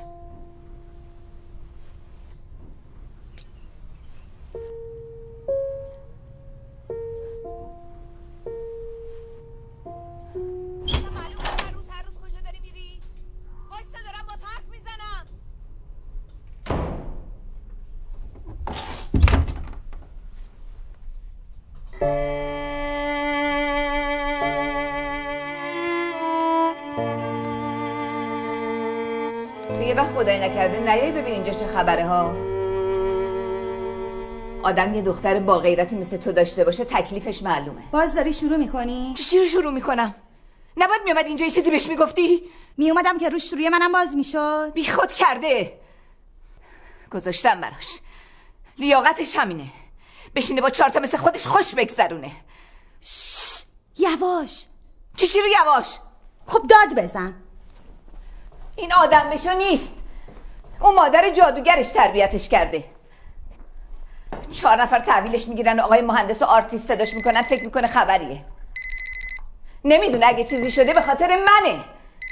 تو یه وقت خدای نکرده نیایی ببین اینجا چه خبره ها. آدم یه دختر با غیرتی مثل تو داشته باشه تکلیفش معلومه. باز داری شروع میکنی؟ چی رو شروع میکنم؟ نباید میومد اینجا یه چیزی بهش میگفتی؟ میومدم که روش روی منم باز میشد. بی خود کرده. گذاشتم براش. لیاقتش همینه. بشینه با چهار تا مثل خودش خوش بگذرونه. شش، یواش. چی چی رو یواش؟ خب داد بزن. این آدم بشو نیست. اون مادر جادوگرش تربیتش کرده. چهار نفر تحویلش میگیرن و آقای مهندس و آرتیست صداش میکنن، فکر میکنه خبریه. نمیدونه اگه چیزی شده به خاطر منه.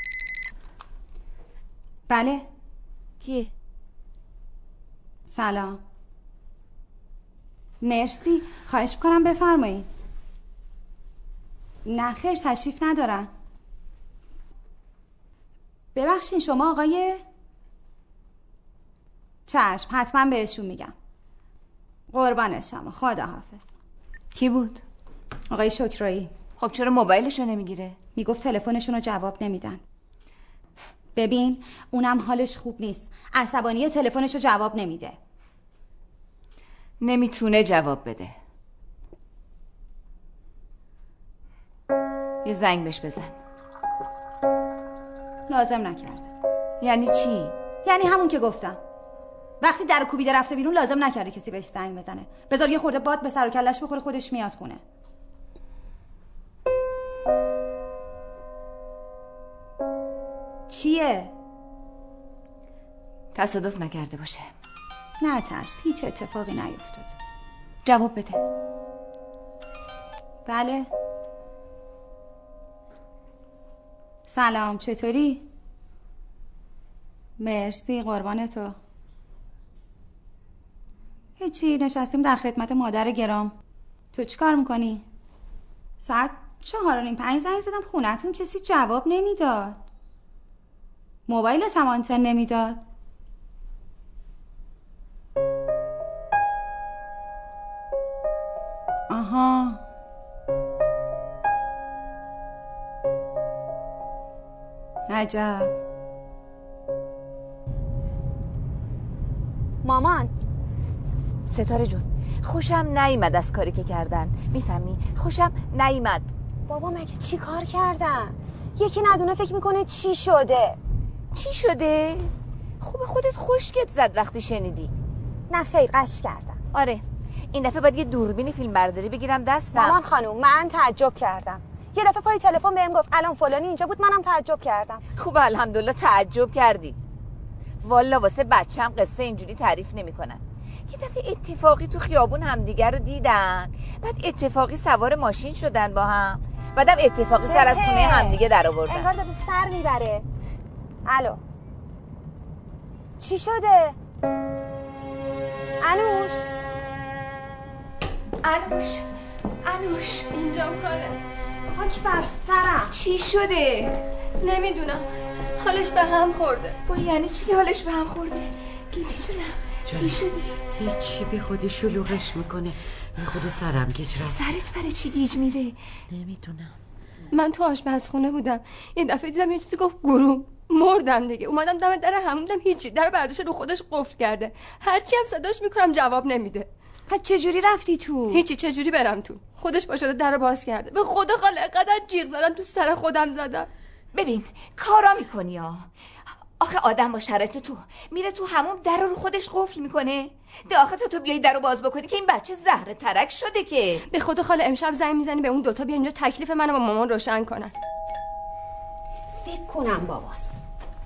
بله. کیه؟ سلام. مرسی. خواهش میکنم بفرمایید. نه خیر، تشریف ندارن. ببخشین شما آقای؟ چشم، حتما بهشون میگم. قربانشم. خدا حافظ. کی بود؟ آقای شکرایی. خب چرا موبایلشو نمیگیره؟ میگفت تلفنشون رو جواب نمیدن. ببین اونم حالش خوب نیست، عصبانی، تلفنشو جواب نمیده. نمیتونه جواب بده. یه زنگ بهش بزن. لازم نکرده. یعنی چی؟ یعنی همون که گفتم، وقتی در کوبیده رفته بیرون لازم نکرده کسی بهش زنگ بزنه. بذار یه خورده باد به سر و کلش بخوره، خودش میاد خونه. چیه؟ تصادف نکرده باشه. نه ترس، هیچ اتفاقی نیفتاد. جواب بده. بله. سلام، چطوری؟ مرسی، قربان تو. هیچی، نشستیم در خدمت مادر گرام. تو چی کار میکنی؟ ساعت چهار و نیم پنج زنگ زدم خونتون، کسی جواب نمیداد. موبایلت هم آنتن نمیداد. آها. عجب. مامان. ستاره جون، خوشم نیامد از کاری که کردن، میفهمی؟ خوشم نیامد. بابا مگه چی کار کردن؟ یکی ندونه فکر میکنه چی شده. چی شده؟ خوب خودت خشکت زد وقتی شنیدی. نه خیر، قش کردم. آره، این دفعه باید یه دوربین فیلم برداری بگیرم دستم. مامان خانوم، من تعجب کردم. یه دفعه پای تلفن بهم گفت الان فلانی اینجا بود، منم تعجب کردم. خوب الحمدلله تعجب کردی. والا واسه بچه‌م قصه اینجوری تعریف نمی‌کنن. یه دفعه اتفاقی تو خیابون همدیگر رو دیدن، بعد اتفاقی سوار ماشین شدن با هم، بعدم اتفاقی سر از خونه همدیگه در آوردن. انگار داره سر میبره. الو، چی شده؟ انوش انوش انوش اینجام خاله. خاک بر سرم. چی شده؟ نمیدونم، حالش به هم خورده. با یعنی چی حالش به هم خورده؟ گیتی جونم چی شده؟ هیچی، به خودی شلوغش میکنه. به خود سرم گیج رفت. سرت برای چی گیج میره؟ نمیدونم. من تو آشپزخونه بودم، یه دفعه دیدم یه چیزی گفت گروم، مردم دیگه. اومدم دم در همون، دیدم هیچی، در برداشته رو خودش قفل کرده. هرچی هم صداش میکنم جواب نمیده. پس چجوری رفتی تو؟ هیچی، چجوری برم تو؟ خودش با شده در باز کرده. به خدا خاله قدر جیغ زدم تو سر خودم زدم. ببین کارا میکنی ها. آخه آدم با شرایط تو میره تو همون در رو خودش قفل میکنه. ده آخه تو تو بیای در رو باز بکنی که این بچه زهره ترک شده که. به خدا خاله امشب زنگ میزنی به اون دوتا بیا اینجا تکلیف منو با مامان روشن کنن. فکر کنم باباست.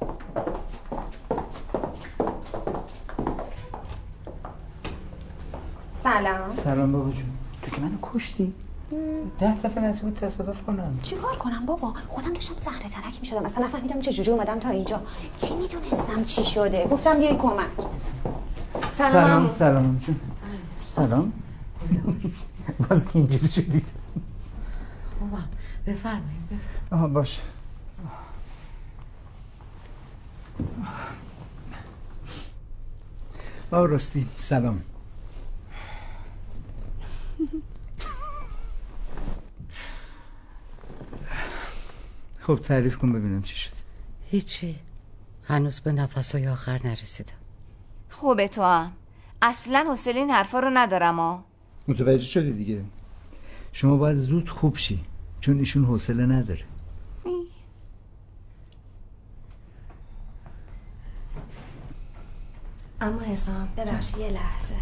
سلام. سلام بابا جون. تو که منو کشتی؟ ده دفعه نصیب بود تصادف کنم. چی کار کنم بابا؟ خودم داشتم زهره ترک میشدم، اصلا نفهمیدم چجوری اومدم تا اینجا. چی میدونستم چی شده؟ گفتم بیای کمک. سلام. سلام سلام جون. سلام. باز که اینجوری شدید. خوبم، بفرمایید بفرمایید. آها باش. آه راستی سلام. خب تعریف کن ببینم چی شد. هیچی، هنوز به نفسهای آخر نرسیدم. خوبه تو هم اصلا حوصله این حرفا رو ندارم ها. متوجه شدی دیگه، شما باید زود خوب شی چون ایشون حوصله نداره. اما حسام ببخشید یه لحظه.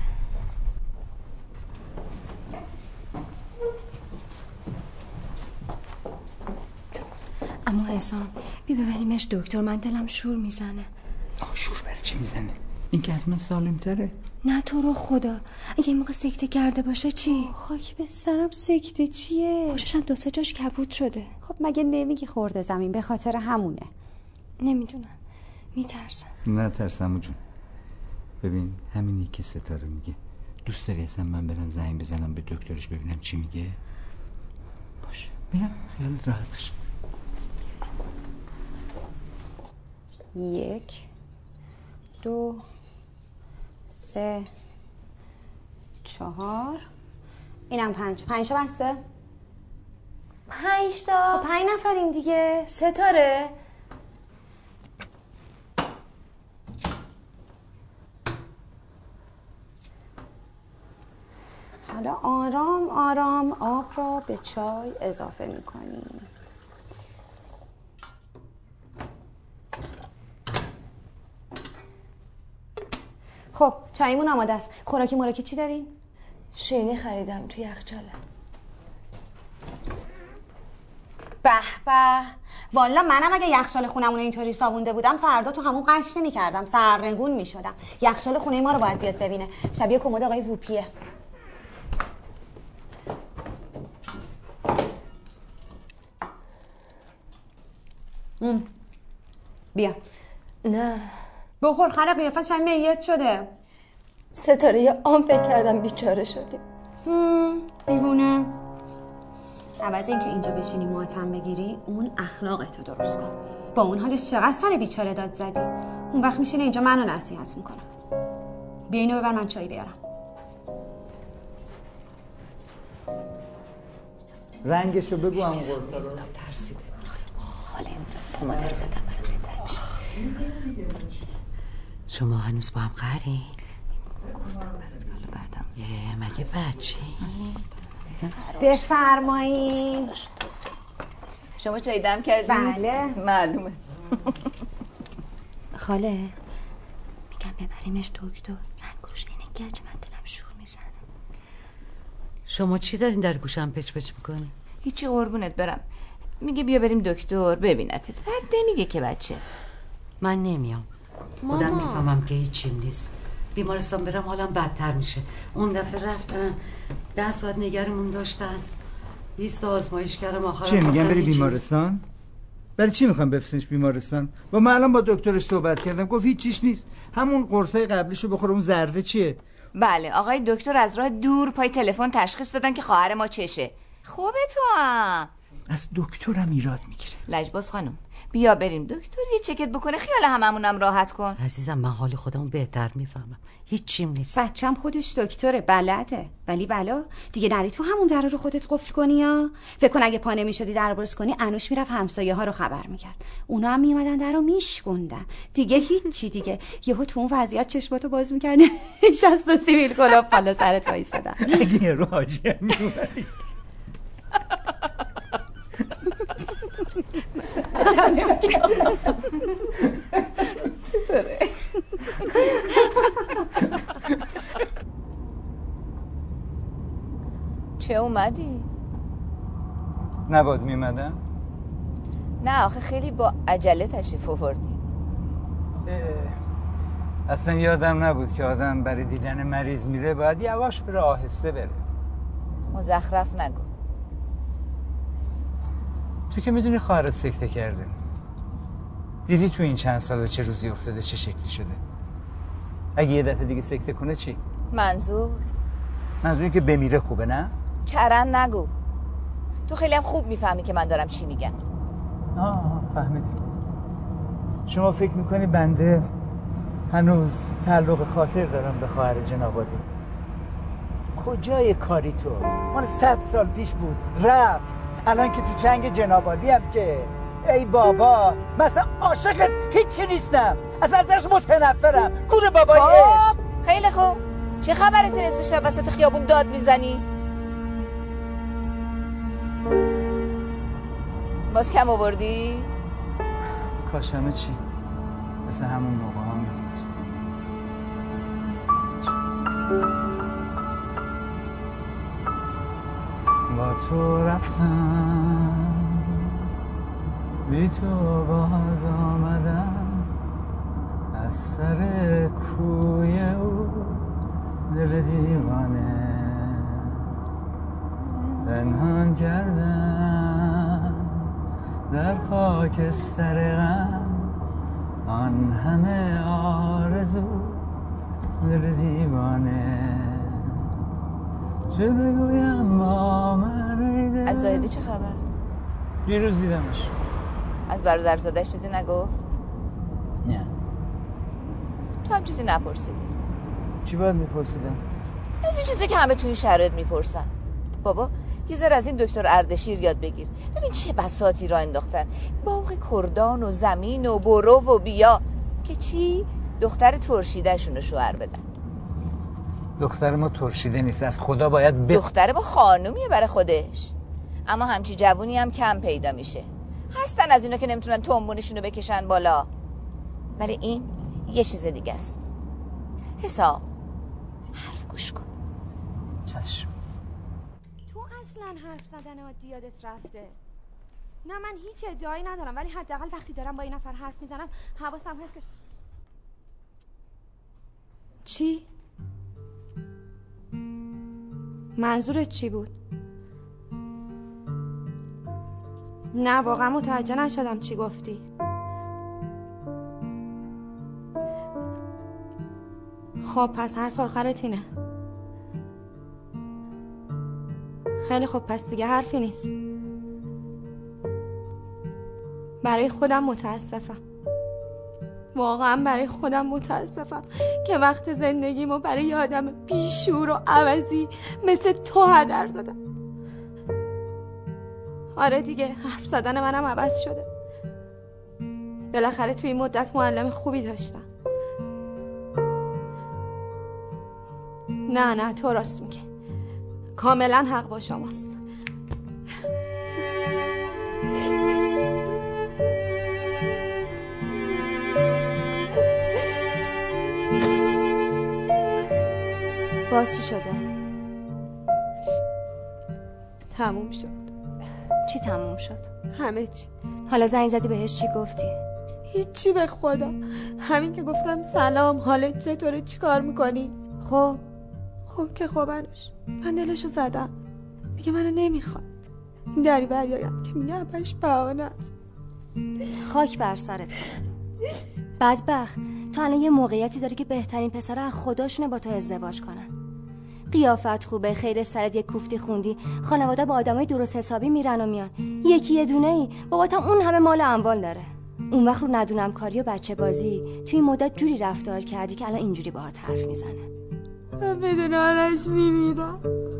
اما حسام بی ببریمش دکتر، من دلم شور میزنه. آخه شور برای چی میزنه؟ این که از من سالم تره. نه تو رو خدا، اگه این موقع سکته کرده باشه چی؟ خاک به سرم، سکته چیه؟ خوششم دو سه جاش کبود شده. خب مگه نمیگی خورده زمین؟ به خاطر همونه. نمیدونم، میترسم. نه ترسم جون. ببین همینی که ستاره میگه. دوست داری اصلا من برم زنگ بزنم به دکترش ببینم چی میگه؟ باشه میرم، خیالت راحت باشه. یک دو سه چهار، اینم پنج. پنج تا بسته؟ پنج تا؟ پنج نفریم دیگه. ستاره حالا آرام آرام آب را به چای اضافه میکنیم. خب چایمون آماده است. خوراکی موراکی چی دارین؟ شیرینی خریدم توی یخچاله. به به، والا منم اگه یخچال خونمون اینطوری صابونده بودم فردا تو همون قش نمی‌کردم، سرنگون میشدم. یخچال خونه ما رو باید بیاد ببینه. شبیه کمد آقای ووپیه. ام. بیا. نه بخور خرق، قیافت چند میت شده. ستاره آن فکر کردم بیچاره شدیم. هم دیوونه. عوض این که اینجا بشینی ماتم بگیری، اون اخلاقتو درست کن. با اون حالش چقدر سر بیچاره داد زدی. اون وقت میشینه اینجا منو نصیحت میکنه. بیا اینو ببر من چای بیارم. رنگشو بگو همون قرصا رو. ترسیده. خاله مادر زدم برات بهتر میشه. شما هنوز با هم قهری؟ گفتم برات که حالا بعدم. یه مگه بچه؟ بفرمایید. شما چای دم کردین؟ بله معلومه. خاله میگم ببریمش دکتر. رنگروش اینه گچ، من دلم شور میزنه. شما چی دارین در گوشم پچ پچ میکنی؟ هیچی قربونت برم. میگه بیا بریم دکتر ببینتت. بعد نمیگه که بچه. من نمیام. خودم میفهمم که هیچیم نیست. بیمارستان برم حالم بدتر میشه. اون دفعه رفتن ده ساعت نگرمون داشتن. بیست آزمایش کردم آخرم. چی میگن بری بیمارستان؟ برای چی میخوام بفرستنش بیمارستان؟ با من الان با دکترش صحبت کردم، گفت هیچ چیش نیست. همون قرصای قبلیشو بخوره. اون زرده چیه؟ بله آقای دکتر از راه دور پای تلفن تشخیص دادن که خواهر ما چشه. خوبه تو هم. از دکترم ایراد میگیره. لجباز خانم بیا بریم دکتر یه چکت بکنه، خیال هممونم راحت کن. عزیزم من حال خودمو بهتر میفهمم. هیچ چیم نیست. بچم خودش دکتره بلده، ولی بلا دیگه نری تو همون در رو خودت قفل کنی یا فکر کن اگه پا نمیشدی در باز کنی انوش میرفت همسایه ها رو خبر میکرد. اونا هم میومدن در رو میشکوندن. دیگه هیچی دیگه. یهو تو اون وضعیت چشماتو باز میکردی شصت و سیبیل کلاه بالا سرت وایسادن. اگه رو حاجی میومدی چه اومدی؟ نباد میمدم؟ نه آخه خیلی با عجله تشریف آوردی. اصلا یادم نبود که آدم برای دیدن مریض میره باید یواش بره آهسته بره. مزخرف نگو. تو که میدونی خواهرت سکته کرده. دیدی تو این چند سال چه روزی افتاده، چه شکلی شده. اگه یه دفعه دیگه سکته کنه چی؟ منظور؟ منظوری که بمیره خوبه نه؟ چرن نگو. تو خیلی هم خوب میفهمی که من دارم چی میگم. آه فهمیدی. شما فکر میکنی بنده هنوز تعلق خاطر دارم به خواهر جنابالی؟ کجای کاری تو؟ مال صد سال پیش بود رفت. الان که تو چنگ جنابالی هم که ای بابا مثلا عاشقت هیچی نیستم، از ازش متنفرم. گوره بابای عشق. خیلی خوب. چه خبرت نصف شب وسط خیابون داد میزنی؟ باز کم آوردی؟ کاش همه چی مثل همون موقع ها میموند. با تو رفتم بی تو باز آمدم، از سر کوی او دل دیوانه پنهان کردم در خاکستر غم آن همه آرزو دل دیوانه. چه بگویم با من ایده. از زاهدی چه خبر؟ دیروز دیدمش. از برادرزادش چیزی نگفت؟ نه. تو هم چیزی نپرسیدی؟ چی باید میپرسیدم؟ از این چیزی که همه تو این شرایط میپرسن. بابا یه ذره از این دکتر اردشیر یاد بگیر. ببین چه بساطی را انداختن، باغ کردان و زمین و برو و بیا که چی؟ دختر ترشیده‌شون رو شوهر بدن. دختر ما ترشیده نیست، از خدا باید ب... دختر با خانومیه برای خودش، اما همچی جوونی هم کم پیدا میشه. هستن از اینا که نمیتونن تنبونشونو بکشن بالا، ولی این یه چیز دیگه است. حساب حرف گوش کن. چشم. تو اصلا حرف زدن عادی یادت رفته. نه من هیچ ادعایی ندارم، ولی حداقل وقتی دارم با این نفر حرف میزنم حواسم هست که چی؟ منظورت چی بود؟ نه واقعا متوجه نشدم چی گفتی. خب پس حرف آخرت اینه. خیلی خب پس دیگه حرفی نیست. برای خودم متاسفم، واقعا برای خودم متاسفم که وقت زندگیمو برای یه آدم بیشور و عوضی مثل تو هدر دادم. آره دیگه، حرف زدن منم عوض شده. بالاخره توی این مدت معلم خوبی داشتم. نه نه تو راست میگه، کاملا حق با شماست. باز چی شده؟ تموم شد. چی تموم شد؟ همه چی. حالا زنگ زدی بهش چی گفتی؟ هیچی به خدا، همین که گفتم سلام حالت چطوره، چی کار میکنی؟ خب خب که خب انوش، من دلشو زدم، میگه منو نمیخواد. این دری بریایم که میگه اپش بهانه است. خاک بر سرت کنم بدبخت. تا الان یه موقعیتی داری که بهترین پسر از خداشونه با تو ازدواج کنن. قیافت خوبه، خیر سرت یک کوفتی خوندی، خانواده با آدمای درست حسابی میرن و میان، یکی یه دونه ای باباتم اون همه مال اموال داره. اون وقت رو ندونم کاری و بچه بازی توی این مدت جوری رفتار کردی که الان اینجوری باهات حرف میزنه. من بدون آرش میمیرم.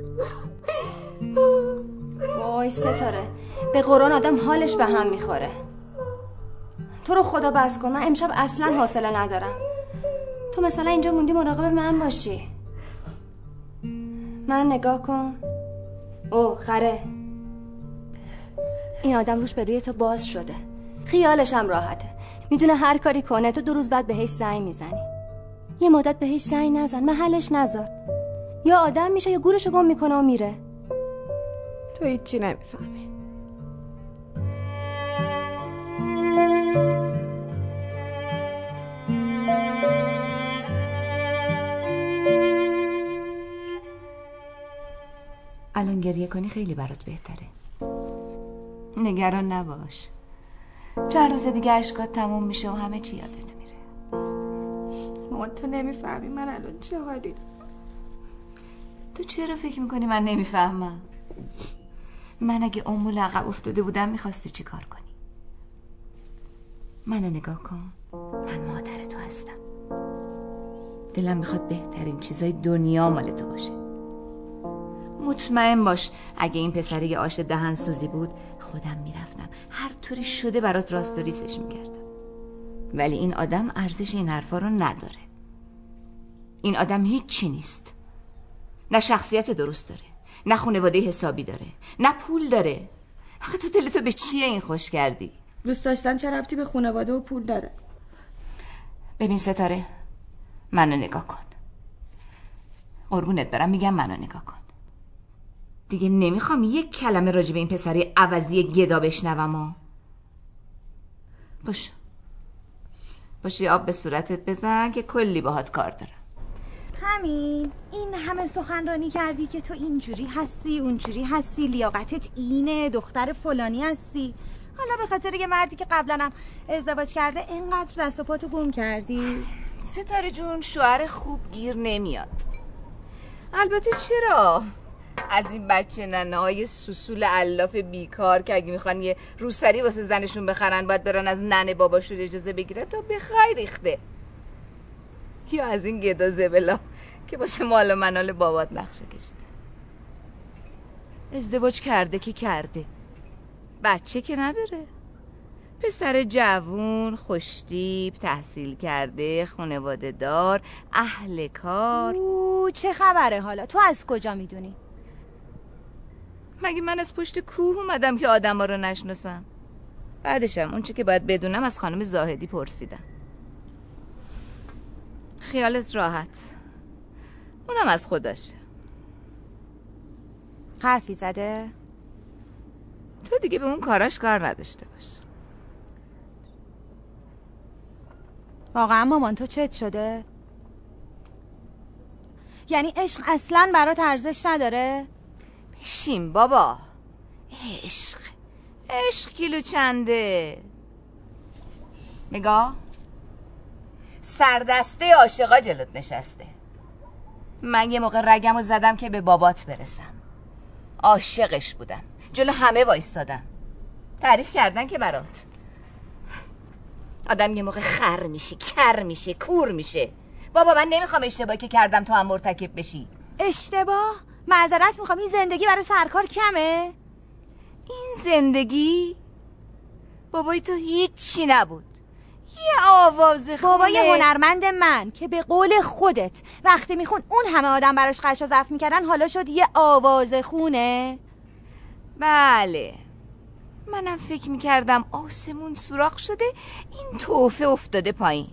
وای ستاره، به قرآن آدم حالش به هم میخوره. تو رو خدا بس کن، من امشب اصلا حوصله ندارم. تو مثلا اینجا موندی مراقب من باشی. منو نگاه کن. او خره، این آدم روش به روی تو باز شده، خیالش هم راحته، میدونه هر کاری کنه تو دو روز بعد بهش زنگ میزنی. یه مدت بهش زنگ نزن، محلش نذار، یا آدم میشه یا گورشو گم میکنه و میره. تو هیچی نمیفهمی. الان گریه کنی خیلی برات بهتره. نگران نباش، چند روز دیگه اشکات تموم میشه و همه چی یادت میره. مامان تو نمیفهمی من الان چه حالی دارم. تو چرا فکر میکنی من نمیفهمم؟ من اگه امول عقب افتاده بودم میخواستی چی کار کنی؟ منو نگاه کن، من مادر تو هستم. دلم میخواد بهترین چیزای دنیا مال تو باشه. مطمئن باش اگه این پسره یه آش دهن سوزی بود خودم میرفتم هر طوری شده برات راست و ریسش میکردم. ولی این آدم ارزش این حرفا رو نداره. این آدم هیچ چی نیست. نه شخصیت درست داره، نه خانواده حسابی داره، نه پول داره. آخه تو دلتو به چیه این خوش کردی؟ دوست داشتن چه ربطی به خانواده و پول داره؟ ببین ستاره، منو نگاه کن. قربونت برم، میگم منو نگاه کن. دیگه نمیخوام یک کلمه راجع به این پسری عوضی گدا بشنوم. باش باش یه آب به صورتت بزن که کلی باهات کار دارم. همین، این همه سخنرانی کردی که تو اینجوری هستی اونجوری هستی، لیاقتت اینه، دختر فلانی هستی، حالا به خاطر یه مردی که قبلا هم ازدواج کرده اینقدر دست و پاتو گم کردی؟ ستاره جون، شوهر خوب گیر نمیاد. البته چرا؟ از این بچه ننه های سوسول علاف بیکار که اگه میخوان یه روسری واسه زنشون بخرن باید برن از ننه باباشون اجازه بگیرن تا بخیر ریخته. یا از این گدا زبلا که واسه مال و منال بابات نقشه کشیده. ازدواج کرده که کرده، بچه که نداره. پسر جوون، خوشتیپ، تحصیل کرده، خانواده دار، اهل کار. او چه خبره حالا؟ تو از کجا میدونی؟ مگه من از پشت کوه اومدم که آدم ها رو نشناسم؟ بعدشم اون چی که باید بدونم از خانم زاهدی پرسیدم. خیالت راحت، اونم از خودشه. حرفی زده؟ تو دیگه به اون کاراش کار نداشته باش. واقعا مامان تو چت شده؟ یعنی عشق اصلا برات ارزش نداره؟ بشین بابا. عشق عشق کیلو چنده؟ نگاه، سردسته عاشقا جلوت نشسته. من یه موقع رگمو زدم که به بابات برسم. عاشقش بودم، جلو همه وایستادم، تعریف کردن که برات. آدم یه موقع خر میشه، کر میشه، کور میشه. بابا من نمیخوام اشتباهی که کردم تو هم مرتکب بشی. اشتباه؟ معذرت میخوام، این زندگی برای سرکار کمه؟ این زندگی بابای تو هیچی نبود، یه آواز خونه. بابای هنرمند من که به قول خودت وقتی میخون اون همه آدم براش قش و زفت میکردن حالا شد یه آواز خونه؟ بله، منم فکر میکردم آسمون سوراخ شده این توفه افتاده پایین.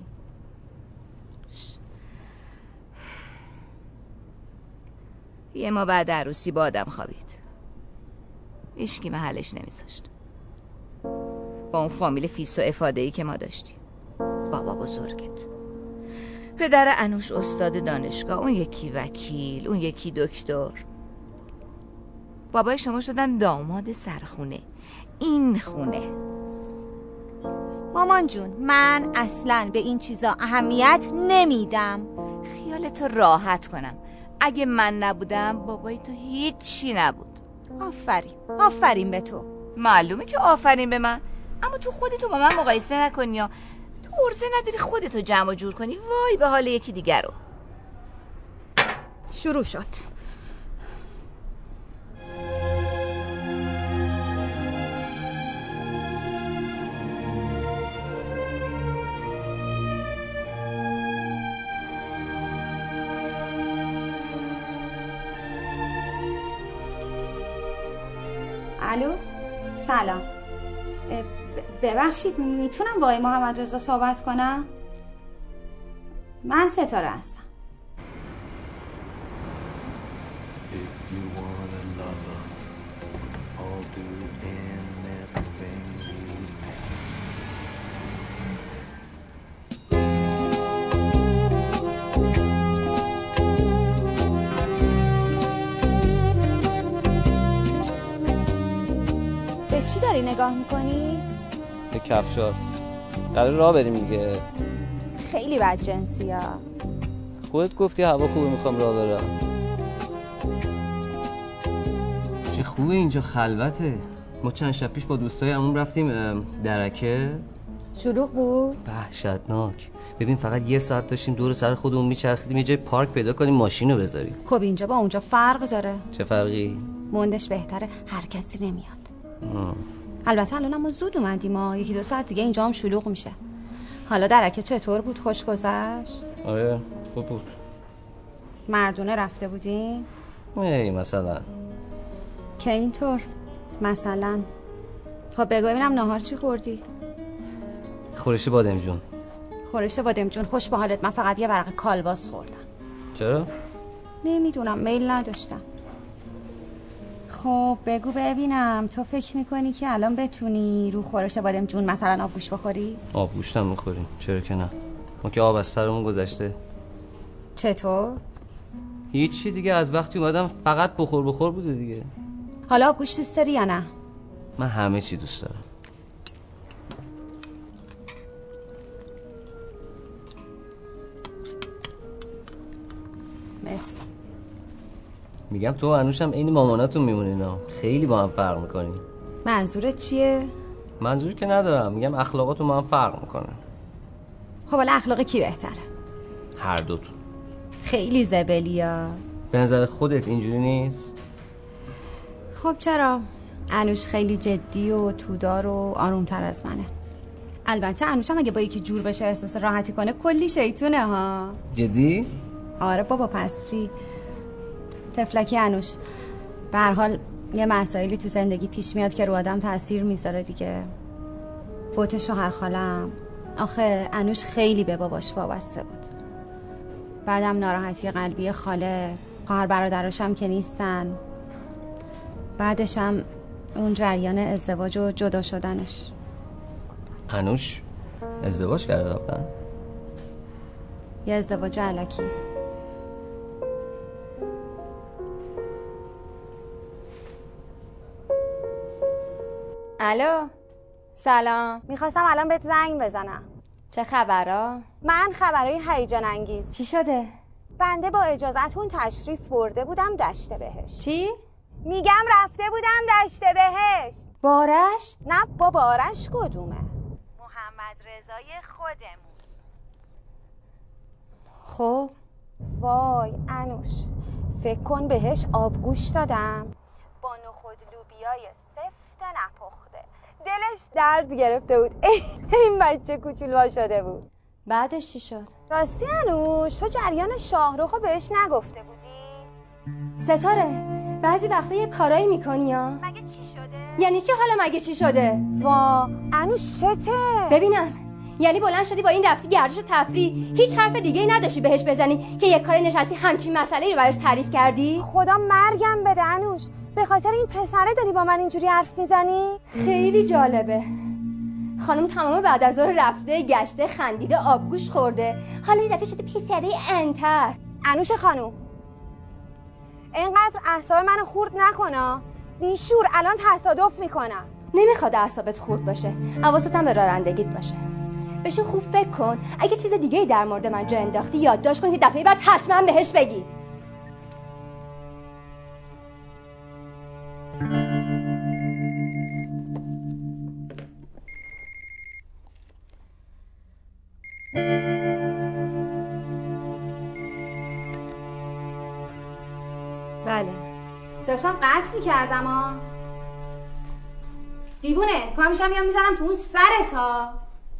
یه ما بعد عروسی با آدم خوابید، هیچکی محلش نمیذاشت. با اون فامیل فیس و افاده‌ای که ما داشتیم، بابا بزرگت، پدر انوش استاد دانشگاه، اون یکی وکیل، اون یکی دکتر. بابای شما شدن داماد سرخونه، این خونه. مامان جون من اصلاً به این چیزا اهمیت نمیدم. خیالتو راحت کنم، اگه من نبودم بابای تو هیچی نبود. آفرین، آفرین به تو. معلومه که آفرین به من، اما تو خودتو با من مقایسه نکنی یا تو ارزه نداری خودتو جمع و جور کنی. وای به حال یکی دیگر رو. شروع شد. الو سلام، ببخشید میتونم با آقای محمد رضا صحبت کنم؟ من ستاره هستم. به چی داری نگاه میکنی؟ به کفشات. قرار راه بریم دیگه. خیلی بد جنسی ها. خودت گفتی هوا خوبه میخوام راه برم. چه خوبه اینجا، خلوته. ما چند شب پیش با دوستای عموم رفتیم درکه. شلوغ بود؟ وحشتناک. ببین فقط یه ساعت داشتیم دور سر خودمون میچرخیدیم یه جای پارک پیدا کنیم ماشین رو بذاریم. خب اینجا با اونجا فرق داره. چه فرقی؟ موندش بهتره، هر کسی نمیاد. آه. البته الان ما زود اومدیم، ما یکی دو ساعت دیگه اینجا هم شلوغ میشه. حالا درکه چطور بود؟ خوش گذشت؟ آره خوب بود. مردونه رفته بودین؟ ای مثلا که اینطور مثلا. خب بگو ببینم ناهار چی خوردی؟ خورش بادمجون. خورش بادمجون خوش به حالت. من فقط یه ورق کالباس خوردم. چرا؟ نمیدونم، میل نداشتم. خب بگو ببینم تو فکر میکنی که الان بتونی رو خورش بادمجون مثلا آبگوشت بخوری؟ آبگوشت هم میخوریم، چرا که نه. ما که آب از سرمون گذشته. چطور؟ هیچی دیگه، از وقتی اومدم فقط بخور بخور بوده دیگه. حالا آبگوشت دوست داری یا نه؟ من همه چی دوست دارم. مرسی. میگم تو و انوشم عین ماماناتون میمونین ها، خیلی با هم فرق میکنین. منظورت چیه؟ منظور که ندارم، میگم اخلاقاتون با هم فرق میکنه. خب حالا اخلاق کی بهتره؟ هر دوتون. خیلی زبلیا. به نظر خودت اینجوری نیست؟ خب چرا؟ انوش خیلی جدی و تودار و آرومتر از منه. البته انوشم اگه با یکی جور بشه احساس راحتی کنه کلی شیطونه ها. جدی؟ آره بابا پس چی؟ تفلکی انوش. به هر حال یه مسائلی تو زندگی پیش میاد که رو آدم تاثیر میذاره دیگه. فوت شوهر خالم، آخه انوش خیلی به باباش وابسته بود. بعدم ناراحتی قلبی خاله، خواهر برادراشم که نیستن. بعدش هم اون جریان ازدواج و جدا شدنش. انوش ازدواج کرده قبلا؟ یه ازدواج علکی. الو سلام. میخواستم الان بهت زنگ بزنم. چه خبرها؟ من خبرهای هیجان انگیز. چی شده؟ بنده با اجازهتون تشریف برده بودم دشت بهشت. چی؟ میگم رفته بودم دشت بهشت. بارش؟ نه با بارش کدومه؟ محمد رضای خودمون. خب وای انوش، فکر کن بهش آبگوش دادم با نخود لوبیای سفت نپخته. دلش درد گرفته بود. این بچه کوچولو شده بود. بعدش چی شد؟ راستی انوش تو جریان شاهرخو بهش نگفته بودی؟ ستاره بعضی وقتا یه کارایی میکنی ها. مگه چی شده؟ یعنی چی حالا مگه چی شده؟ وا انوش چته؟ ببینم یعنی بلند شدی با این رفتی گردش و تفریح، هیچ حرف دیگه ای نداشتی بهش بزنی که یه کار نشستی همچین مسئله رو براش تعریف کردی؟ خدا مرگم بده انوش، به خاطر این پسره داری با من اینجوری حرف میزنی؟ خیلی جالبه. خانم تمام بعد از ظهر رفته گشته خندیده آبگوش خورده، حالا یه دفعه شده پسره انتر. انوش خانوم اینقدر اعصاب منو خورد نکنا، بیشور الان تصادف میکنم. نمیخواد اعصابت خورد باشه، حواست هم به رانندگیت باشه. بشین خوب فکر کن، اگه چیز دیگه ای در مورد من جا انداختی یادداشت کن که دفعه بعد حتما بهش بگی. بله داشتم قطع میکردم ها. دیوونه پا میشم میام میزنم تو اون سرت ها.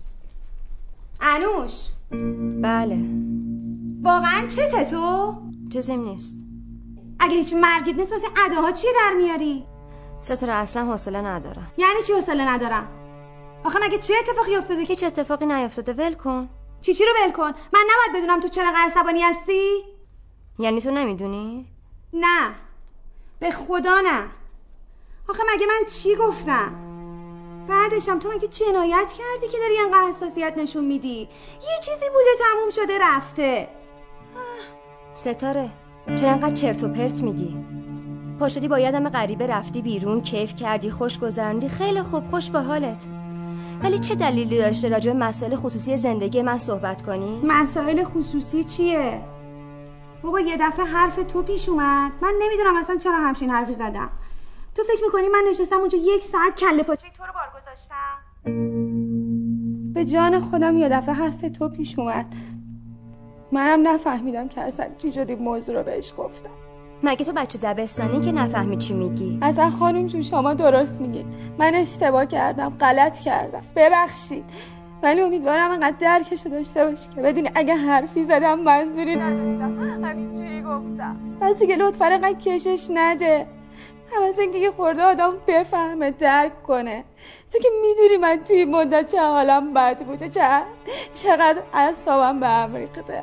انوش بله واقعا چته تو؟ چیزیم نیست. اگه هیچ مرگت نیست مثل اداها چیه در میاری؟ ستاره اصلا حوصله ندارم. یعنی چی حوصله ندارم؟ آخه مگه چه اتفاقی افتاده؟ هیچ اتفاقی نیافتاده، ول کن. چی چی رو ول کن؟ من نباید بدونم تو چرا عصبانی هستی؟ یعنی تو نمیدونی؟ نه به خدا نه. آخه مگه من چی گفتم؟ بعدشم تو مگه جنایت کردی که داری اینقدر حساسیت نشون میدی؟ یه چیزی بوده تموم شده رفته. ستاره چرا انقدر چرت و پرت میگی؟ پاشدی با یادم غریبه رفتی بیرون، کیف کردی، خوش گذروندی، خیلی خوب، خوش به حالت. ولی چه دلیلی داشته راجع به مسائل خصوصی زندگی من صحبت کنی؟ مسائل خصوصی چیه؟ بابا یه دفعه حرف تو پیش اومد، من نمیدونم اصلا چرا همچین حرفی زدم. تو فکر میکنی من نشستم اونجا یک ساعت کله پاچه تو رو بار گذاشتم؟ به جان خودم یه دفعه حرف تو پیش اومد، منم نفهمیدم که اصلا چی شدی موضوع رو بهش گفتم. مگه تو بچه دبستانی که نفهمی چی میگی؟ اصلا خانم جون شما درست میگید، من اشتباه کردم، غلط کردم، ببخشید. ولی امیدوارم انقدر درکشو داشته باشی که بدونی اگه حرفی زدم منظوری نداشتم، همینجوری گفتم. پس دیگه لطفا انقدر کشش نده، هم از اینکه یه خورده آدم بفهمه، درک کنه. تو که میدونی من توی مدت چه حالم بد بوده، چه چقدر اعصابم به هم ریخته.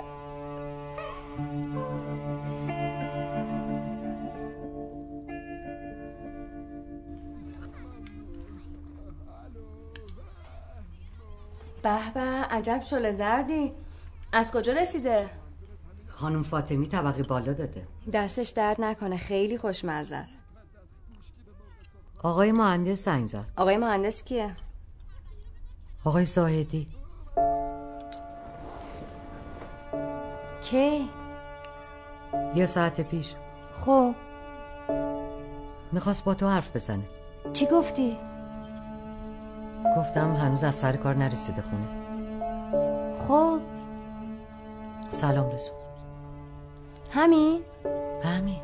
به به عجب شله زردی. از کجا رسیده؟ خانم فاطمی طبقه بالا داده. دستش درد نکنه، خیلی خوشمزه است. آقای مهندس زنگ زد. آقای مهندس کیه؟ آقای زاهدی. کی؟ یه ساعت پیش. خب میخواست با تو حرف بزنه. چی گفتی؟ گفتم هنوز از سر کار نرسیده خونه. خب سلام رسون. همین؟ همین.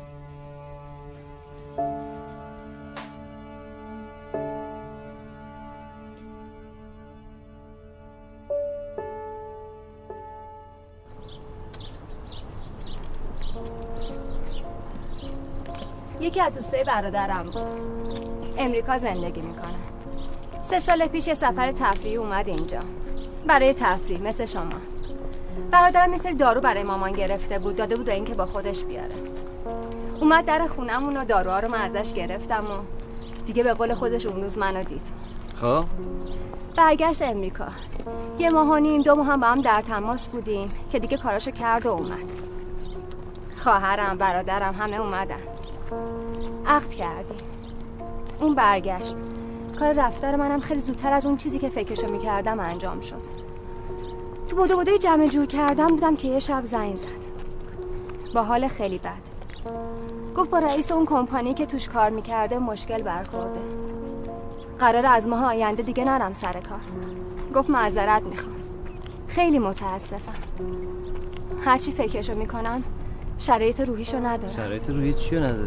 یکی از دوستای برادرم بود. امریکا زندگی میکنه. سه سال پیش یه سفر تفریحی اومد اینجا. برای تفریح مثل شما. برادرم یه سری دارو برای مامان گرفته بود، داده بود اینکه با خودش بیاره. اومد در خونمون و داروها رو من ازش گرفتم و دیگه به قول خودش اون روز منو دید. خب برگشت امریکا. یه ماه و نیم دو ماه هم با هم در تماس بودیم که دیگه کاراشو کرد و اومد. خواهرم برادرم همه اومدن. عقد کردیم. اون برگشت. کار رفتار منم خیلی زودتر از اون چیزی که فکرشو میکردم انجام شد. تو بدو بدوی جمع جور کردم بودم که یه شب زنگ زد. با حال خیلی بد. گفت با رئیس اون کمپانی که توش کار میکرده مشکل برخورده. قراره از ماه آینده دیگه نرم سر کار. گفت معذرت میخوام. خیلی متاسفم. هرچی فکرشو میکنم شرایط روحیشو نداره. شرایط روحی چیو نداره؟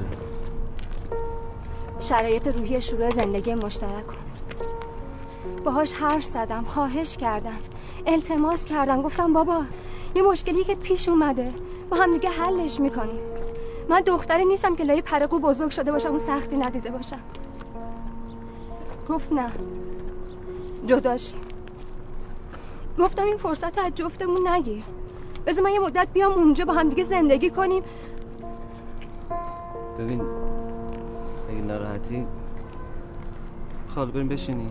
شرایط روحی شروع زندگی مشترک. باهاش حرف زدم، خواهش کردم، التماس کردم، گفتم بابا یه مشکلی که پیش اومده با هم دیگه حلش میکنیم. من دختری نیستم که لای پرقو بزرگ شده باشم اون سختی ندیده باشم. گفت نه جداش. گفتم این فرصت از جفتمون نگیر، بذار من یه مدت بیام اونجا با هم دیگه زندگی کنیم. ببین اگه ناراحتی خاله بریم بشینی.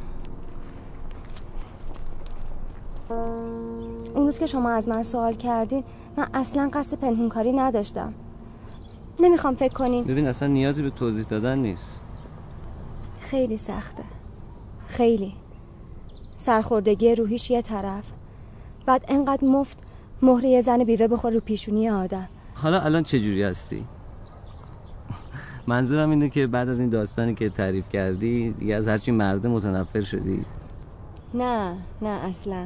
اون روز که شما از من سوال کردین من اصلا قصد پنهونکاری نداشتم. نمیخوام فکر کنین. ببین اصلا نیازی به توضیح دادن نیست. خیلی سخته، خیلی. سرخوردگی روحیش یه طرف، بعد انقدر مفت مهر یه زن بیوه بخور رو پیشونی آدم. حالا الان چه جوری هستی؟ منظورم اینه که بعد از این داستانی که تعریف کردی دیگه از هرچی مرد متنفر شدی؟ نه نه اصلا.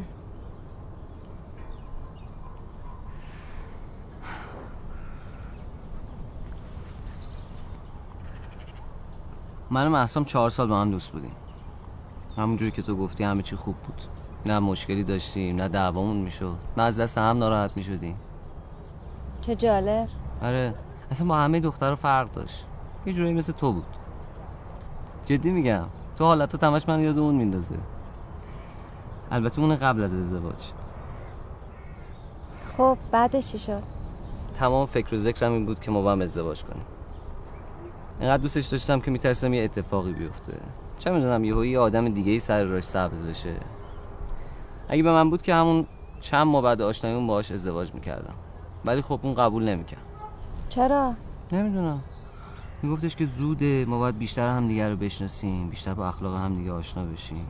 من و محسام چهار سال با هم دوست بودیم. همونجوری که تو گفتی همه چی خوب بود. نه مشکلی داشتیم، نه دعوامون میشد، نه از دست هم ناراحت میشدیم. چه جالب. آره اصلا با همه دخترها فرق داشت. یه جوری مثل تو بود. جدی میگم تو حالتا تماش من یاد اون میندازه. البته اون قبل از ازدواج. خب بعدش چی شد؟ تمام فکر و ذکرم این بود که ما با هم ازدواج کنیم. اینقدر دوستش داشتم که میترسم یه اتفاقی بیفته. چه میدونم یهو یه آدم دیگه ای سر راش سبز بشه. اگه به من بود که همون چند ماه بعد آشناییمون باهاش ازدواج میکردم. ولی خب اون قبول نمیکرد. چرا؟ نمیدونم. میگفتش که زوده، ما باید بیشتر همدیگه رو بشناسیم، بیشتر با اخلاق همدیگه آشنا بشیم.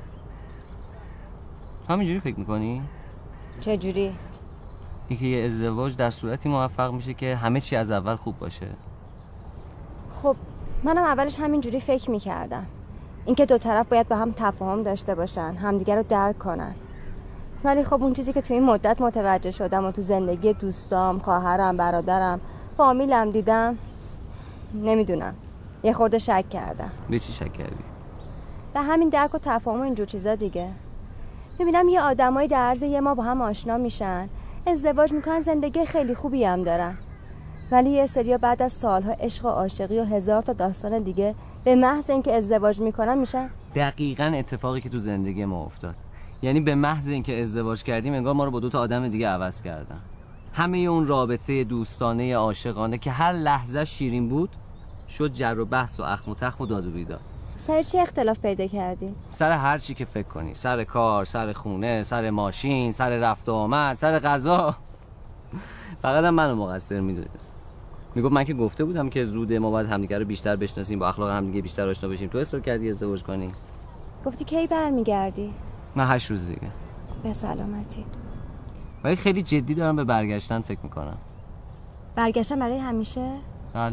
همینجوری فکر میکنی؟ چه جوری؟ اینکه یه ازدواج در صورتی موفق میشه که همه چی از اول خوب باشه. خب منم اولش همینجوری فکر میکردم، اینکه دو طرف باید با هم تفاهم داشته باشن، همدیگه رو درک کنن. ولی خب اون چیزی که تو این مدت متوجه شدم و تو زندگی دوستام، خواهرم، برادرم، فامیلم دیدم، نمیدونم، یه خورده شک کردم. به چی شک کردی؟ به همین درک و تفاهم و اینجور چیزا دیگه. میبینم یه آدمایی در عرض یه ما با هم آشنا میشن، ازدواج میکنن، زندگی خیلی خوبی هم دارن. ولی یه سریا بعد از سالها عشق و عاشقی و هزار تا داستان دیگه به محض اینکه ازدواج میکنن میشن. دقیقاً اتفاقی که تو زندگی ما افتاد. یعنی به محض اینکه ازدواج کردیم انگار ما رو با دو تا آدم دیگه عوض کردن. همه اون رابطه دوستانه عاشقانه که هر لحظه شیرین بود شد جر و بحث و اخم و تخم و داد و بیداد. سر چه اختلاف پیدا کردی؟ سر هر چی که فکر کنی، سر کار، سر خونه، سر ماشین، سر رفت و آمد، سر غذا. فقط هم منو مقصر میدونست. میگفت من که گفته بودم که زوده، ما باید همدیگه رو بیشتر بشناسیم، با اخلاق همدیگه بیشتر آشنا بشیم. تو اصرار کردی ازدواج کنی. گفتی کی برمیگردی؟ من هشت روز دیگه. به سلامتی. ولی خیلی جدی دارم به برگشتن فکر میکنم. برگشتن برای همیشه؟ بله.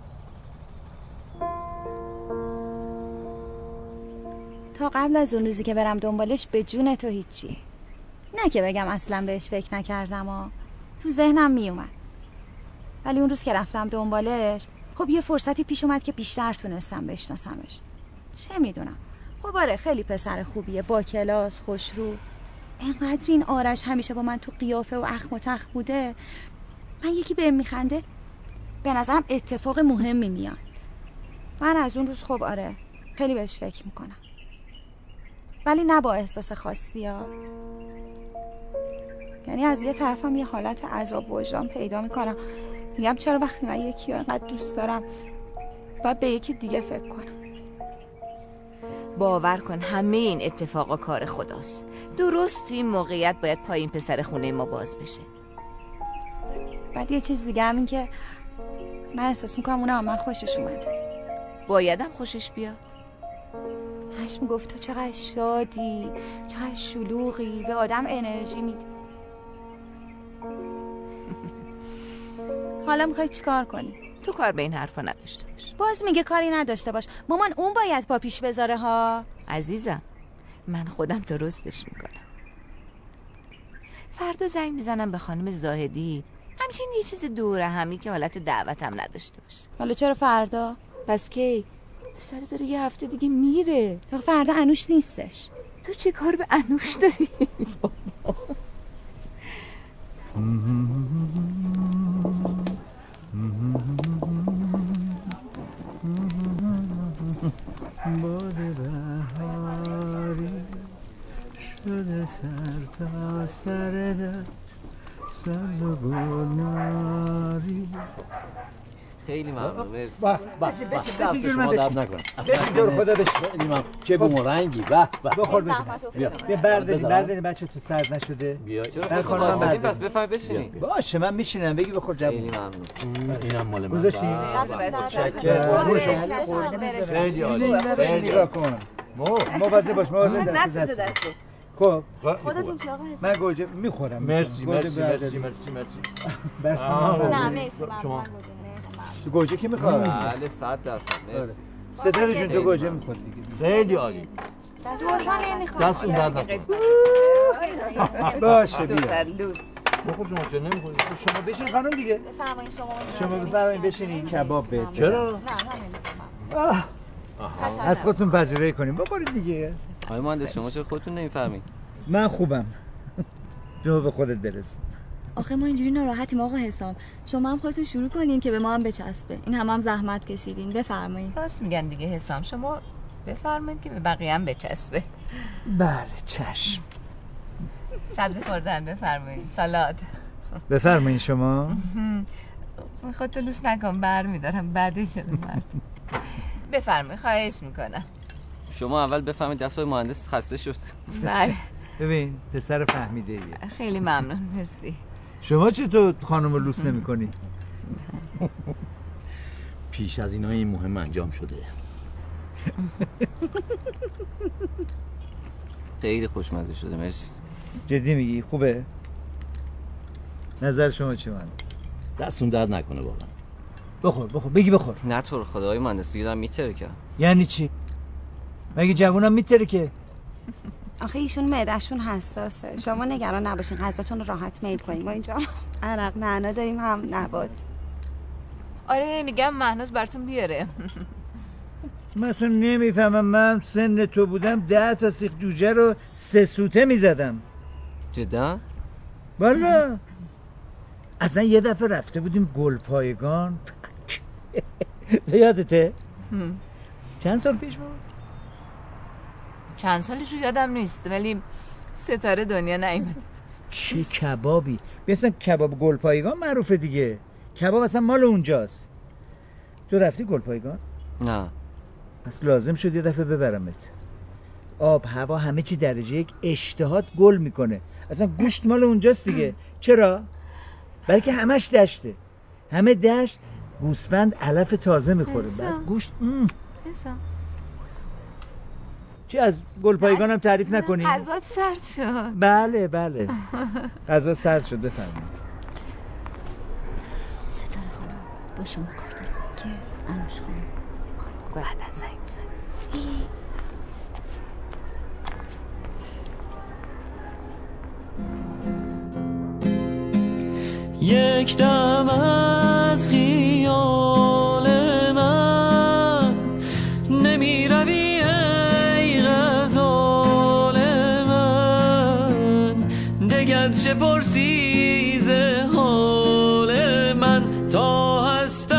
تا قبل از اون روزی که برم دنبالش به جون تو هیچی. نه که بگم اصلا بهش فکر نکردم و تو ذهنم میومد. ولی اون روز که رفتم دنبالش خب یه فرصتی پیش اومد که بیشتر تونستم بشناسمش. چه میدونم. خب آره خیلی پسر خوبیه، با کلاس، خوشرو. اینقدر این آرش همیشه با من تو قیافه و اخم و تخم بوده. من یکی بهم میخنده به نظرم اتفاق مهمی میاد. من از اون روز خب آره خیلی بهش فکر میکنم، ولی نه با احساس خاصی ها. یعنی از یه طرفم یه حالت عذاب وجدان پیدا میکنم، میگم چرا وقتی من یکی رو انقدر دوست دارم باید به یکی دیگه فکر کنم. باور کن همه این اتفاقا کار خداست. درست توی این موقعیت باید پای این پسر خونه ما باز بشه. بعد یه چیز دیگه هم این که من احساس میکنم اونم من خوشش اومده. بایدم خوشش بیاد. هش میگفت تو چقدر شادی، چقدر شلوغی، به آدم انرژی میدی. حالا میخوای چیکار کنی؟ تو کار به این حرفا نداشته باش. باز میگه کاری نداشته باش. مامان اون باید پا پیش بذاره ها. عزیزم من خودم درستش میکنم. فردا زنگ میزنم به خانم زاهدی، همچین یه چیز دوره همی که حالت دعوتم نداشته باشه. حالا چرا فردا؟ پس کی؟ سر داره یه هفته دیگه میره. فردا انوش نیستش. تو چه کار به انوش داری؟ باد بهاری شده سر تا سر در سبز و گلناری. خیلی ممنون مرسی. بشین بشین بشین شما درد نکن. بشین دور خدا بشین. چه بوم رنگی به به. بخور بشین. بیا بیا برداری برداری بچه تو سرد نشده. بیا. چرا خانم من پس بفرمایید بشینید. باشه من میشینم بگی بخور جواب. خیلی ممنون. اینم مال من. گذاشتی؟ خیلی عالی. خیلی نگاه کن. مواظب باش مواظب دست دست. خب خودتون چه آقا حساب؟ من گوجه میخورم. مرسی مرسی مرسی مرسی مرسی. نه مرسی من تو گوجه کی میخواد؟ بله صد درصد مرسی. ستاره جون تو گوجه میخواد. خیلی عالی. دوتا نمیخواد. دستون درد نکنه. باشه بیا. دختر لوس. بخور شما چه نمیخوری؟ شما بشین خانم دیگه. بفرمایید شما. شما بفرمایید بشینید کباب بهت. چرا؟ نه همین. از خودتون پذیرایی کنیم. بخورید دیگه. آقای مهندس شما چرا خودتون نمیفهمید؟ من خوبم. تو به خودت برس. آخه ما اینجوری ناراحتیم آقا حسام. شما هم خودتون شروع کنین که به ما هم بچسبه. این هم هم زحمت کشیدین. بفرمایید. راست میگن دیگه حسام، شما بفرمایید که به بقیه هم بچسبه. بله چشم. سبزی خوردن بفرمایید. سالاد. بفرمایید شما. خودت لوس نکن برمیدارم بعدی شده مرد. بفرمایید خواهش میکنم. شما اول بفهمید دستای مهندس خسته شد. بله. ببین پسر فهمیده ایه. خیلی ممنون مرسی. شما چطور خانم رو لوس نمی کنی؟ پیش از اینا این مهم انجام شده. خیلی خوشمزه شده مرسی. جدی میگی؟ خوبه؟ نظر شما چی من؟ دستون درد نکنه واقعا. بخور بخور بگی بخور. نه طور خدای مهندس دیگه دارم میترکم. یعنی چی؟ مگه جوونم میترکه؟ آخه ایشون معده‌شون حساسه. شما نگران نباشین غذاتون رو راحت میل کنیم. ما اینجا عرق نعنا داریم هم نبات. آره میگم مهناز براتون بیاره. من اصلا نمیفهمم. من سن تو بودم ده تا سیخ جوجه رو سه سوته میزدم. جدا؟ والا اصلا یه دفعه رفته بودیم گلپایگان. تو یادته؟ چند سال پیش بود؟ چند سالش رو یادم نیست ولی ستاره دنیا نیومده بود. چه کبابی؟ بیاستم کباب گلپایگان معروفه دیگه. کباب اصلا مال اونجاست. تو رفتی گلپایگان؟ نه. پس لازم شد یه دفعه ببرمت. آب هوا همه چی درجه یک، اشتهات گل میکنه. اصلا گوشت مال اونجاست دیگه. چرا؟ بلکه همش دشته. همه دشت، گوسفند علف تازه میخوره. بعد گوشت حسام چی از گلپایگان هم تعریف نکنی؟ غذا سرد شد. بله بله غذا سرد شد. بفرمایید. ستاره خانم با شما کار دارم که انوش خانم بعدن زنگ بزن. یک دم از خیال من نمی روی ای غزال من، دگر چه پرسی ز حال من تا هست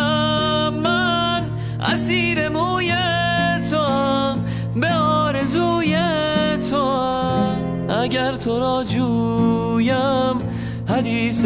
را جویم، حدیث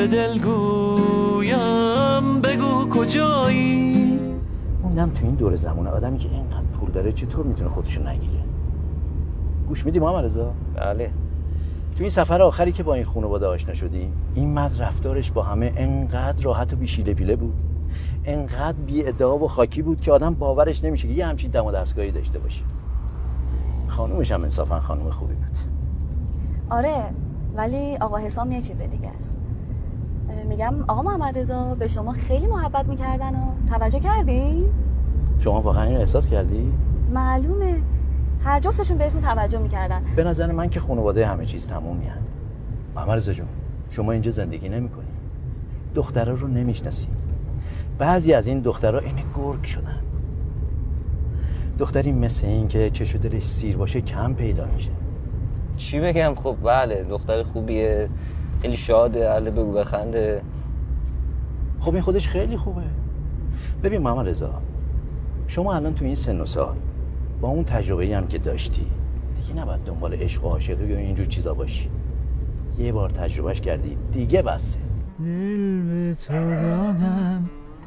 دلگویم، بگو کجایی. موندم تو این دور زمونه آدمی که اینقدر پول داره چطور میتونه خودشو نگیره؟ گوش میدی محمد رضا؟ بله. تو این سفر آخری که با این خانواده آشنا شدیم، این مرد رفتارش با همه انقدر راحت و بی شیله پیله بود، انقدر بی ادعا و خاکی بود که آدم باورش نمیشه که یه همچین دم و دستگاهی داشته باشه. خانومش هم انصافا خانوم خوبی بود. آره، ولی آقا حسام یه چیز دیگه است. میگم آقا محمد رضا به شما خیلی محبت میکردن و توجه کردی؟ شما واقعا این احساس کردی؟ معلومه، هر جفتشون بهتون توجه میکردن. به نظر من که خانواده همه چیز تمومی هست. محمد رضا جون، شما اینجا زندگی نمی‌کنی. دخترها رو نمیشناسی. بعضی از این دخترها این گرگ شدن. دختری مثل این که چشم دلش سیر باشه کم پیدا میشه. چی بگم؟ خب بله دختر خوبیه، خیلی شاده، اهل بگو بخنده. خب این خودش خیلی خوبه. ببین محمد رضا، شما الان تو این سن و سال با اون تجربه‌ای هم که داشتی دیگه نباید دنبال عشق و عاشقی و اینجور چیزا باشی. یه بار تجربهش کردی دیگه بسه. دل به تو دادم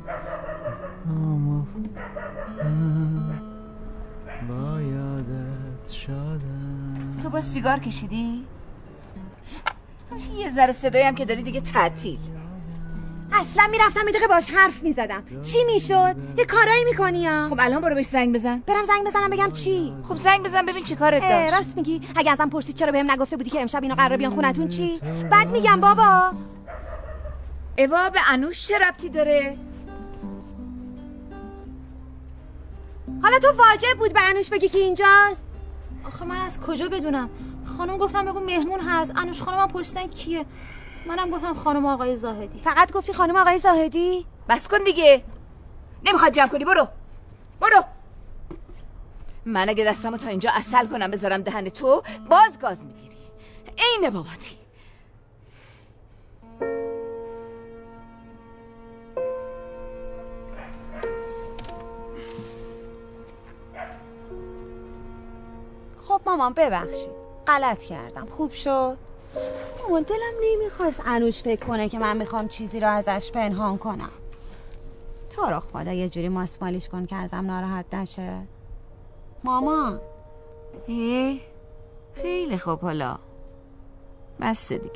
اما بایدت شدم. تو با سیگار کشیدی؟ یه ذره صدایی هم که داری دیگه تعطیل. اصلا میرفتم یه دقیقه باش حرف میزدم. چی میشد؟ یه کارایی میکنی ها. خب الان برو بهش زنگ بزن. برم زنگ بزنم بگم چی؟ خب زنگ بزن ببین چی کارت داشت. راست میگی؟ اگه ازم پرسید چرا بهم نگفته بودی که امشب اینا قراره بیان خونتون چی؟ بعد میگم بابا اوا به انوش چه ربطی داره؟ حالا تو واجب بود به انوش بگی که اینجاست؟ آخه من از کجا بدونم؟ خانم گفتم بگو مهمون هست. انوش خانم پرسیدن کیه؟ منم گفتم خانم آقای زاهدی. فقط گفتی خانم آقای زاهدی؟ بس کن دیگه. نمیخواد جمع کنی، برو برو. من اگه دستمو تا اینجا عسل کنم بذارم دهن تو باز گاز میگیری. عین باباتی. خب مامان ببخشید، غلط کردم. خوب شد؟ مامان دلم نمیخواست انوش فکر کنه که من میخوام چیزی رو ازش پنهان کنم. تو رو خدا یه جوری ماسمالیش کن که ازم ناراحت نشه. مامان هی خیلی خوب، حالا بس دیگه.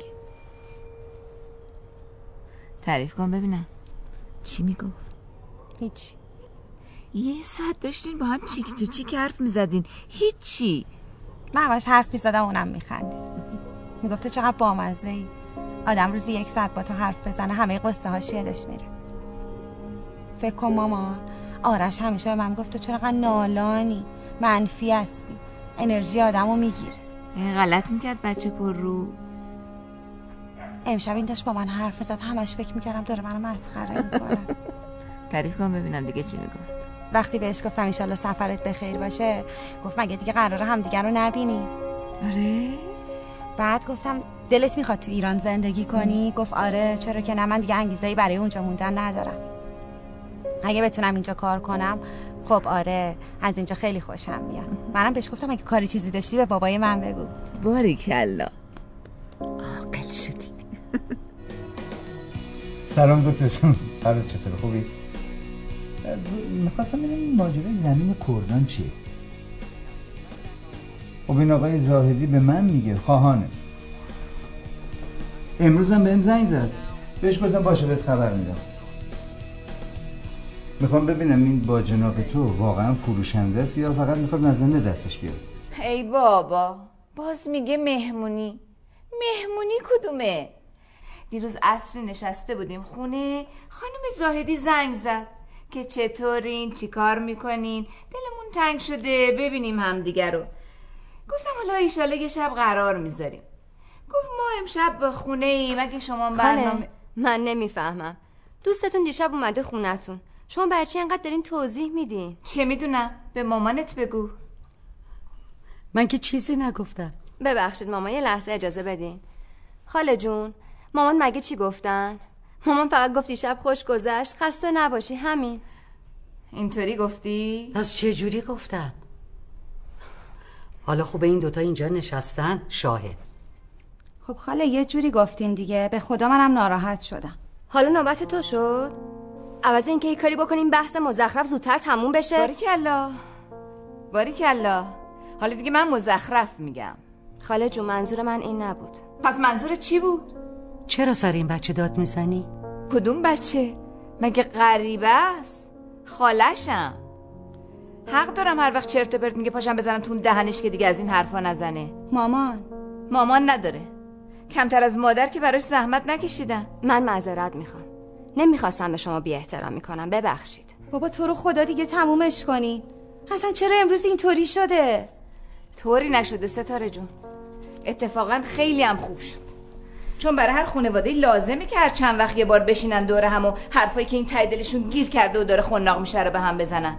تعریف کن ببینم چی میگفت. هیچی. یه ساعت داشتین با هم چیک تو چیک حرف میزدین، هیچی. من باش حرف میزدم اونم میخندید. میگفته چقدر بامزه ای، آدم روزی یک ساعت با تو حرف بزنه همه قصه هاش یادش میره. فکر کن مامان، آرش همیشه به من گفت تو چرا نالانی، منفی هستی، انرژی آدمو میگیره. غلط میکرد بچه پر رو. امشب این داشت با من حرف میزد، همش فکر میکردم داره منو مسخره میکنه. تعریف کن ببینم دیگه چی میگفت. وقتی بهش گفتم انشالله سفرت بخیر باشه، گفت مگه دیگه قراره هم دیگه رو نبینی؟ آره. بعد گفتم دلت میخواد تو ایران زندگی کنی؟ گفت آره، چرا که نه، من دیگه انگیزه‌ای برای اونجا موندن ندارم. اگه بتونم اینجا کار کنم خب آره، از اینجا خیلی خوشم میاد. منم بهش گفتم اگه کاری چیزی داشتی به بابای من بگو. باریکلا، عاقل شدی. سلام دکتر، حالت چطور؟ خوبی؟ میخواستم ببینم این ماجرای زمین کردان چیه؟ خب این آقای زاهدی به من میگه خواهانه. امروز هم بهم زنگ زد، بهش گفتم باشه بهت خبر میدم. میخوام ببینم این با جناب تو واقعا فروشنده است یا فقط میخواد مزنه دستش بیاد. ای بابا، باز میگه مهمونی. مهمونی کدومه؟ دیروز عصری نشسته بودیم خونه، خانم زاهدی زنگ زد که چطورین، چی کار میکنین، دلمون تنگ شده ببینیم همدیگه رو. گفتم حالا ایشالا یه شب قرار میذاریم. گفت ما امشب به خونه ایم، اگه شما برنامه. من نمیفهمم، دوستتون دیشب اومده خونتون، شما برای چی انقدر دارین توضیح میدین؟ چه میدونم، به مامانت بگو. من که چیزی نگفتم. ببخشید مامان، یه لحظه اجازه بدین. خاله جون، مامان مگه چی گفتن؟ مامان فقط گفت دیشب خوش گذشت، خسته نباشی، همین. اینطوری گفتی؟ پس چه جوری گفتم؟ حالا خوبه این دوتا اینجا نشستن شاهد. خب خاله یه جوری گفتین دیگه، به خدا منم ناراحت شدم. حالا نوبت تو شد؟ عوض اینکه یه کاری بکنیم بحث مزخرف زودتر تموم بشه. باریکالله باریکالله. حالا دیگه من مزخرف میگم. خاله جون منظور من این نبود. پس منظور چی بود؟ چرا سر این بچه داد میزنی؟ کدوم بچه؟ مگه غریبه است؟ خالشم. حق دارم هر وقت چرت و پرت میگه پاشم بزنم تو اون دهنش که دیگه از این حرفا نزنه. مامان مامان نداره. کمتر از مادر که براش زحمت نکشیدن. من معذرت میخوام. نمیخواستم به شما بی احترامی کنم، ببخشید. بابا تو رو خدا دیگه تمومش کنین. اصلا چرا امروز اینطوری شده؟ طوری نشده ستاره جون. اتفاقا خیلی هم خوب شد. چون برای هر خانواده لازمه که هر چند وقت یه بار بشینن دوره هم و حرفایی که این ته دلشون گیر کرده و داره خناق میشه رو به هم بزنن.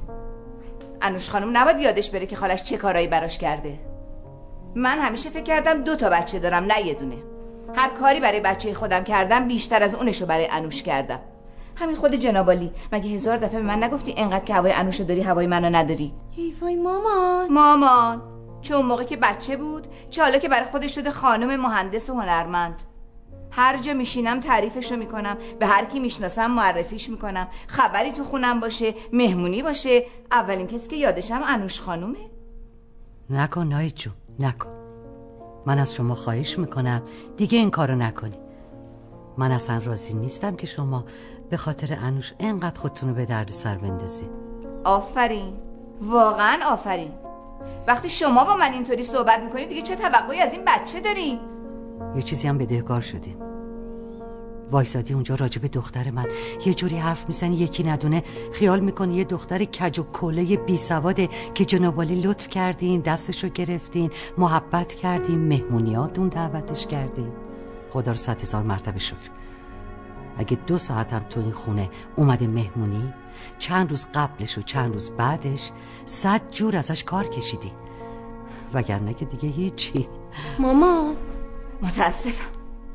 انوش خانم نباید یادش بره که خالش چه کارایی براش کرده. من همیشه فکر کردم دو تا بچه دارم نه یه دونه. هر کاری برای بچه خودم کردم بیشتر از اونشو برای انوش کردم. همین خود جنابالی مگه هزار دفعه به من نگفتی انقدر که هوای انوشو داری هوای منو نداری؟ ای وای مامان. مامان چه اون موقع که بچه بود چه حالا که برای خودش شده خانم مهندس و هنرمند. هر جا میشینم تعریفشو میکنم، به هر کی میشناسم معرفیش میکنم. خبری تو خونم باشه، مهمونی باشه، اولین کسی که یادشم انوش خانومه. نکن نایت جون نکن. من از شما خواهش میکنم دیگه این کارو نکنی. من اصلا راضی نیستم که شما به خاطر انوش اینقدر خودتونو به درد سر بندازی. آفرین، واقعا آفرین. وقتی شما با من اینطوری صحبت میکنید دیگه چه توقعی از این بچه دارین؟ یه چیزی هم بدهکار شدیم. وایسادی اونجا راجع به دختر من یه جوری حرف میزنی یکی ندونه خیال میکنی یه دختر کج و کوله بی سواده که جناب عالی لطف کردین، دستشو گرفتین، محبت کردین، مهمونیاتون دعوتش کردین. خدا رو صد هزار مرتبه شکر. اگه دو ساعتم تو این خونه اومده مهمونی، چند روز قبلش و چند روز بعدش صد جور ازش کار کشیدی، وگرنه که دیگه هیچی. ماما متاسفم،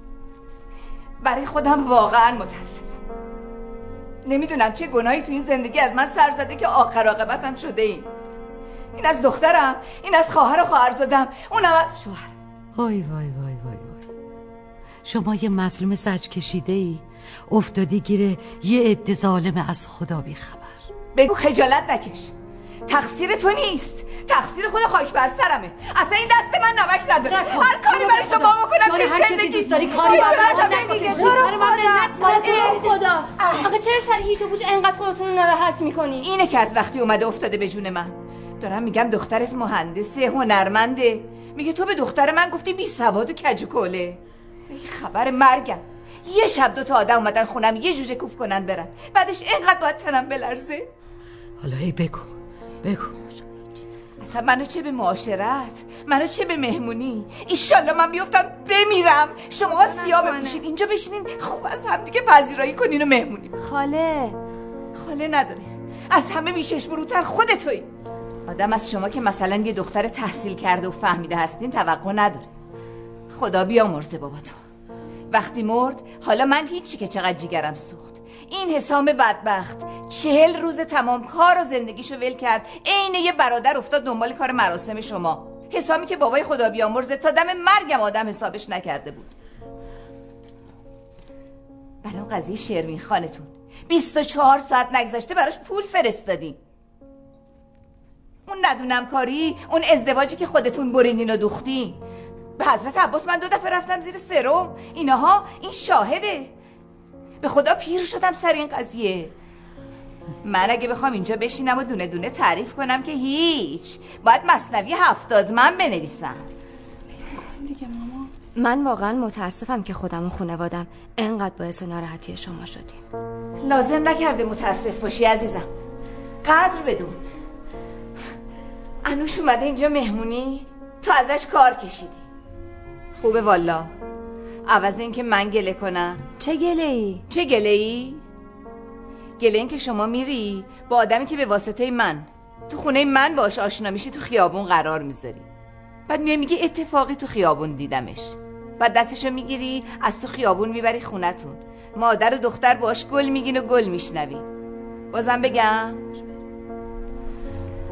برای خودم واقعا متاسفم. نمیدونم چه گناهی تو این زندگی از من سر زده که آخر عاقبتم شده این. این از دخترم، این از خواهر و خواهرزادم، اونم از شوهر. وای وای وای وای وای. شما یه مظلوم سج کشیده ای افتادی گیره یه عده ظالم از خدا بی خبر. بگو خجالت نکش. تقصیر تو نیست، تقصیر خود خاک بر سرمه. اصلا این دست من نمک نداره. هر کاری برای شما بکنم که هر کسی دوست داری کاری برای خدا. آخه چرا سر هیچ و پوچ اینقدر خودتون رو ناراحت میکنی؟ اینه که از وقتی اومده افتاده به جون من. دارم میگم دخترت مهندسه، هنرمنده. میگه تو به دختر من گفتی بی سواد و کج و کوله. ای خبر مرگم. یه شب دو تا آدم اومدن خونم یه جوجه کوف کنن برن، بعدش اینقدر باید تنم بلرزه. حالا هی بگو بگو. اصلا منو چه به معاشرت، منو چه به مهمونی. ایشالله من بیفتم بمیرم، شما سیاه بپوشین اینجا بشینین خوب از هم دیگه پذیرایی کنین و مهمونی. خاله خاله نداره، از همه میشش بروتر خودتوی. آدم از شما که مثلا یه دختر تحصیل کرده و فهمیده هستین توقع نداره. خدا بیامرزه بابا تو. وقتی مرد حالا من هیچی که چقدر جیگرم سوخت. این حسام بدبخت چهل روز تمام کار و زندگیشو ول کرد، عین یه برادر افتاد دنبال کار مراسم شما. حسامی که بابای خدا بیامرزه تا دم مرگم آدم حسابش نکرده بود. برای اون قضیه شروین خانتون بیست و چهار ساعت نگذشته براش پول فرستادین. اون ندونم کاری، اون ازدواجی که خودتون برینین و دوختین. به حضرت عباس من دو دفعه رفتم زیر سرم. اینها این شاهده. به خدا پیر شدم سر این قضیه. من اگه بخوام اینجا بشینم و دونه دونه تعریف کنم که هیچ، باید مثنوی هفتاد من بنویسم دیگه. ماما من واقعا متاسفم که خودم و خانوادم انقدر باعث ناراحتی شما شدیم. لازم نکرده متاسف باشی عزیزم، قدر بدون. انوش اومده اینجا مهمونی، تو ازش کار کشیدی. خوبه والا. عوض این که من گله کنم. چه گله ای؟ چه گله ای؟ گله این که شما میری با آدمی که به واسطه من تو خونه من باش آشنا میشی تو خیابون قرار میذاری، بعد میای میگی اتفاقی تو خیابون دیدمش، بعد دستشو میگیری از تو خیابون میبری خونتون، مادر و دختر باش گل میگین و گل میشنوی. بازم بگم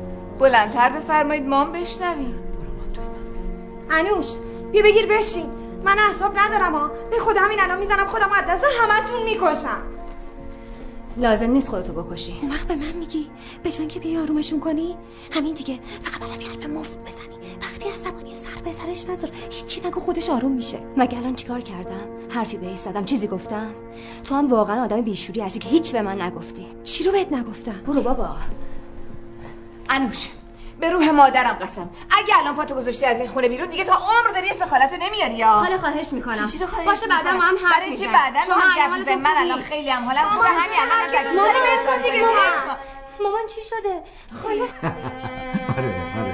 بلندتر بفرمایید مام بشنویم. انوش بیا بگیر بشین. من اعصاب ندارم ها. به خدا همین الان میزنم خودمو از دست همتون میکشم. لازم نیست خودتو بکشی. اون وقت به من میگی به جان که بیای آرومشون کنی؟ همین دیگه، فقط بلدی حرف مفت بزنی. وقتی عصبانی سر به سرش نذار، هیچی نگو، خودش آروم میشه. مگه الان چیکار کردم؟ حرفی بهش زدم؟ چیزی گفتم؟ تو هم واقعا آدم بیشوری هستی که هیچ به من نگفتی. چی رو بهت نگفتم؟ برو بابا. انوش، به روح مادرم قسم، اگه الان پاتو گذاشتی از این خونه بیرون دیگه تا عمر داری اسم خالتو نمیاری یا؟ حالا خواهش میکنم. چی رو خواهش باشه بعدا ما هم حرف برای چی بعدا ما هم حرف میزنیم؟ من الان خیلی هم حالم خوبه، همین الان گردو مامان بهتون دیگه. مامان چی شده؟ خاله. آره آره.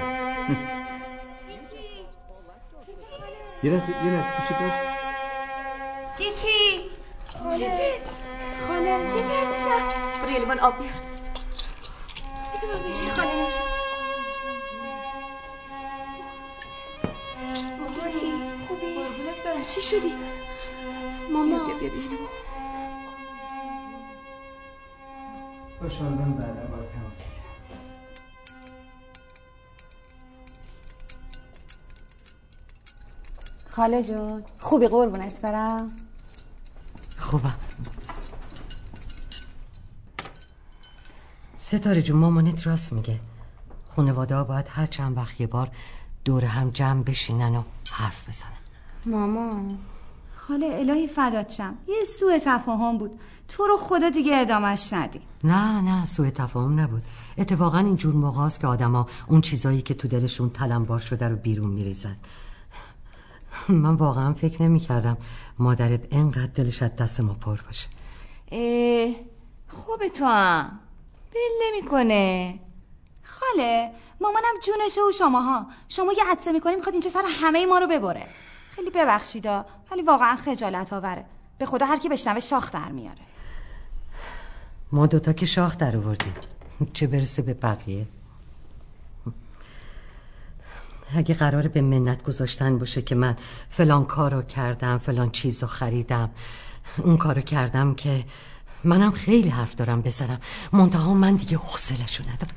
یه لحظه یه لحظه گوشت داشت. گیتی. خاله. خاله. چیزی عزیزم؟ برو یه لیوان آب بیار. بده من بهش خاله نشون. گیتی خوبی؟ قربونت برم. چی شدی؟ مامان. بیا بیا بیا بیا. باشه من بعدا با تماس میگیرم. خاله جون خوبی قربونت برم؟ خوبم. ستاره جون مامانت راست میگه. خانواده ها باید هر چند وقت یه بار دور هم جمع بشینن و حرف بزنن. مامان. خاله الهی فدات شم، یه سوء تفاهم بود، تو رو خدا دیگه ادامش ندی. نه نه سوء تفاهم نبود. اتفاقا این جور موقع است که آدما اون چیزایی که تو دلشون تلمبار شده رو بیرون میریزن. من واقعا فکر نمی کردم مادرت انقدر دلش از دست ما پر باشه. اه خوبه تو هم بل نمی کنه. خاله مامانم جونشه و شماها، شما یه عطسه میکنیم میخواد اینجا سر همه ما رو ببره. خیلی ببخشیدا ولی واقعا خجالت آوره. به خدا هر کی بشنوه شاخ در میاره. ما دوتا که شاخ در آوردیم، چه برسه به بقیه. اگه قراره به منت گذاشتن باشه که من فلان کارو کردم، فلان چیزو خریدم، اون کارو کردم، که منم خیلی حرف دارم بزنم، منتها من دیگه حوصله‌شو ندارم.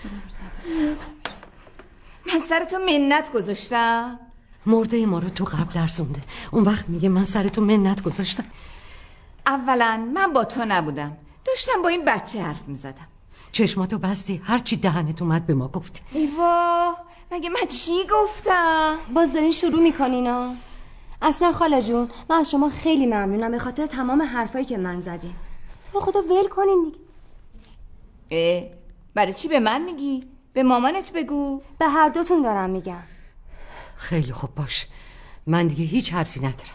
من سر تو منت گذاشتم؟ مرده ما رو تو قبل ارزونده، اون وقت میگه من سر تو منت گذاشتم. اولا من با تو نبودم، داشتم با این بچه حرف میزدم. چشماتو بستی، هرچی دهنت اومد به ما گفتی. ایوا مگه من چی گفتم؟ باز دارین شروع میکنینا. اصلا خاله جون من از شما خیلی ممنونم به خاطر تمام حرفایی که من زدیم. تو خدا ول کنین دیگه. اه برای چی به من میگی؟ به مامانت بگو. به هر دوتون دارم میگم. خیلی خوب باش، من دیگه هیچ حرفی ندارم.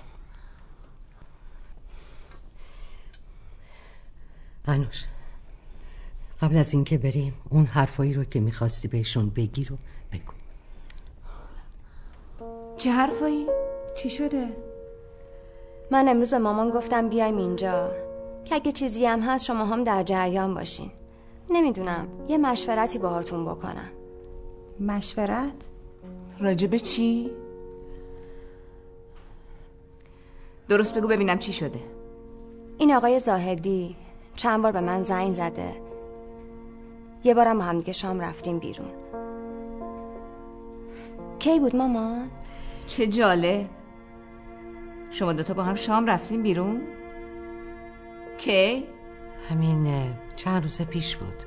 انوش قبل از اینکه بریم اون حرفایی رو که میخواستی بهشون بگی رو بگو. چه حرفایی؟ چی شده؟ من امروز به مامان گفتم بیایم اینجا که اگه چیزی هم هست شما هم در جریان باشین. نمیدونم یه مشورتی باهاتون بکنم. مشورت؟ راجب چی؟ درست بگو ببینم چی شده. این آقای زاهدی چند بار به من زنگ زده، یه بارم با هم دیگه شام رفتیم بیرون. کی بود مامان؟ چه جالب، شما دوتا با هم شام رفتیم بیرون؟ کی؟ همین چند روز پیش بود.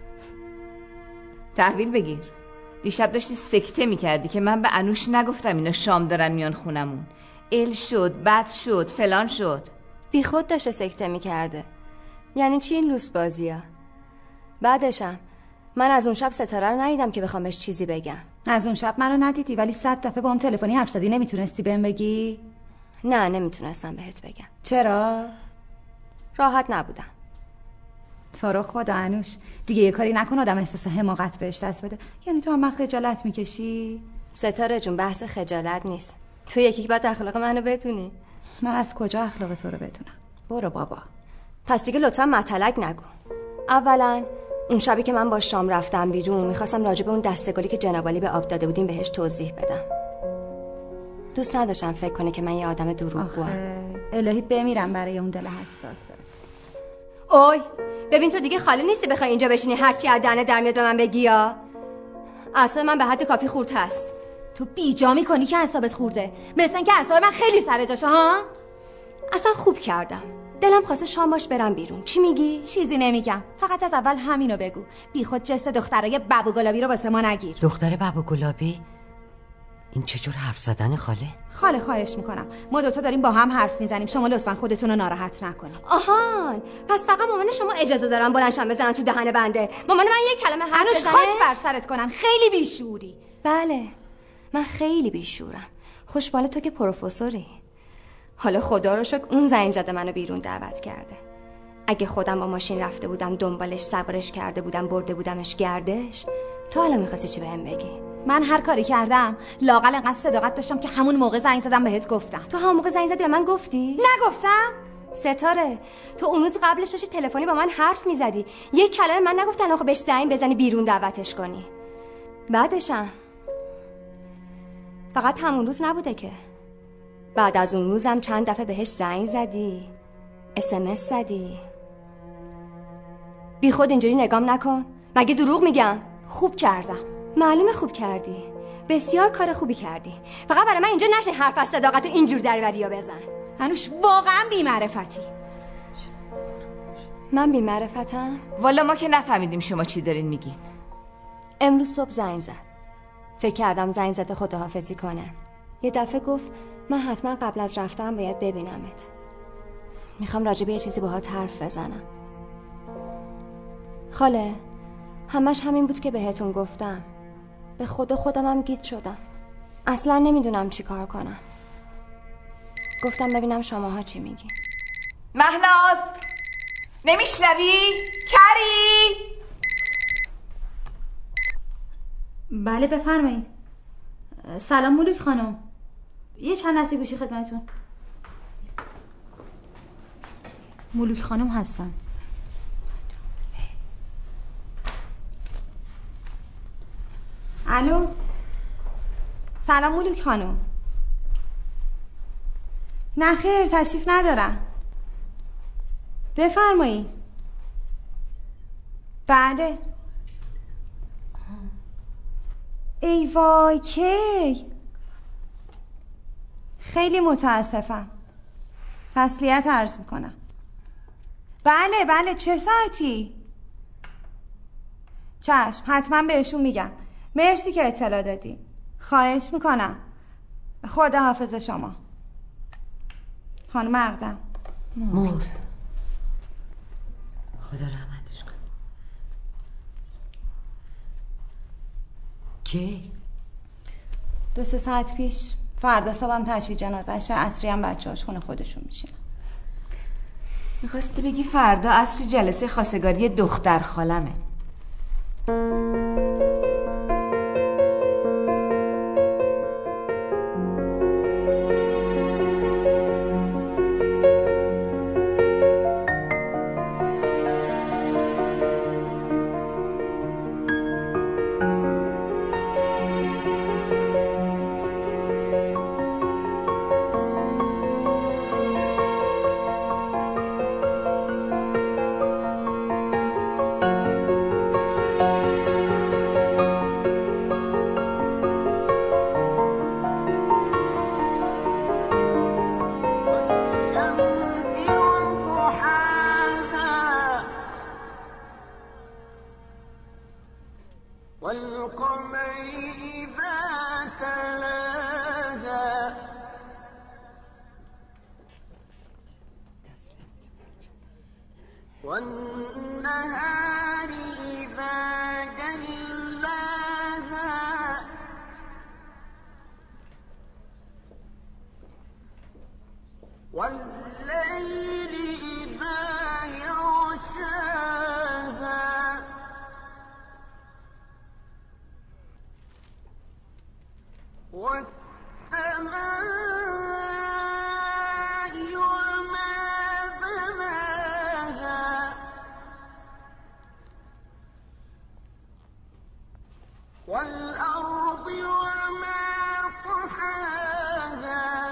تحویل بگیر، دیشب داشتی سکته میکردی که من به انوش نگفتم اینا شام دارن میان خونمون. ال شد، بد شد، فلان شد. بی خود داشته سکته میکرده. یعنی چی این لوس بازی ها؟ بعدشم من از اون شب ستاره رو ندیدم که بخوام بهش چیزی بگم. از اون شب منو ندیدی ولی صد دفعه با هم تلفنی حرف زدی، نمیتونستی بهم بگی؟ نه نمیتونستم بهت بگم. چرا؟ راحت نبودم. تو رو خدا انوش دیگه یه کاری نکن آدم احساس حماقت بهش دست بده. یعنی تو هم من خجالت میکشی؟ ستاره جون بحث خجالت نیست، تو یکی که باید اخلاق منو بدونی. من از کجا اخلاق تو رو بدونم؟ برو بابا. پس دیگه لطفا مطلق نگو. اولا اون شبی که من با شام رفتم بیرون میخواستم راجع به اون دستگلی که جناب علی به آب داده بودیم بهش توضیح بدم. دوست نداشتم فکر کنه که من یه آدم دروغگوام. الهی بمیرم برای اون دل حساسه. اوی ببین تو دیگه خاله نیستی بخوای اینجا بشینی هرچی از دهنت در میاد به من بگی. یا اصلا من به حد کافی خورد هست. تو بیجا میکنی که اعصابت خورده، مثل اینکه اعصاب من خیلی سر جاشه ها. اصلا خوب کردم، دلم خواسته شام باش برم بیرون. چی میگی؟ چیزی نمیگم، فقط از اول همینو بگو. بی خود جست دخترای بابو گلابی رو واسه ما نگیر. دختر بابو گلابی؟ این چجور حرف زدن خاله؟ خاله خواهش میکنم، ما دوتا داریم با هم حرف میزنیم، شما لطفا خودتون رو ناراحت نکنید. آهان، پس فقط مامان شما اجازه دارن بلندشم بزنن تو دهن بنده؟ مامان من یک کلمه حرف هنوز بزنه خاک بر سرت کنن، خیلی بیشعوری. بله من خیلی بیشعورم. خوشبال تو که پروفسوری. حالا خدا رو شکر اون زنگ زده منو بیرون دعوت کرده. اگه خودم با ماشین رفته بودم دنبالش، سوارش کرده بودم، برده بودمش گردش، تو حالا میخواستی چی بهم بگی؟ من هر کاری کردم لااقل انقدر صداقت داشتم که همون موقع زنگ زدم بهت گفتم. تو همون موقع زنگ زدی به من گفتی؟ نگفتم؟ ستاره تو اون روز قبلش داشتی تلفنی با من حرف میزدی، یک کلمه من نگفتی الان خب بهش زنگ بزنی بیرون دعوتش کنی. بعدشم فقط همون روز نبوده که، بعد از اون روزم چند دفعه بهش زنگ زدی، اس ام اس زدی. بی خود اینجوری نگام نکن، مگه دروغ میگم؟ خوب کردم. معلومه خوب کردی، بسیار کار خوبی کردی. فقط برای من اینجا نشه حرف از صداقت و اینجور دروریا بزن. هنوش واقعا بی‌معرفتی. من بی‌معرفتم؟ والا ما که نفهمیدیم شما چی دارین میگین. امروز صبح زنگ زد، فکر کردم زنگ زده خداحافظی کنه. یه دفعه گفت من حتما قبل از رفتنم باید ببینمت، میخوام راجع به یه چیزی باهات حرف بزنم. خاله همش همین بود که بهتون گفتم. به خدا خودم هم گیج شدم، اصلا نمیدونم چی کار کنم. گفتم ببینم شماها چی میگین. مهناز نمیشنوی؟ کری؟ بله بفرمایید. سلام ملوک خانم، یه چند لحظه گوشی خدمتون. ملوک خانم هستم. الو سلام ملوک خانم. نه خیر تشریف ندارم. بفرمایید. بله. ای وای کی؟ خیلی متاسفم، تسلیت عرض میکنم. بله بله چه ساعتی؟ چشم حتما بهشون میگم. مرسی که اطلاع دادی، خواهش میکنم. خدا حافظ شما. خانم اقدم مرد. خدا رحمتش کنه. کی؟ دو سه ساعت پیش. فردا صبحم تشییع جنازه‌شه، عصری هم بچه‌هاش خونه خودشون میشینن. میخواستی بگی فردا عصری جلسه خواستگاری دختر خالمه. والنهار إذا جلاها والليل إذا يغشاها والسماء وما بناها والأرض وما طحاها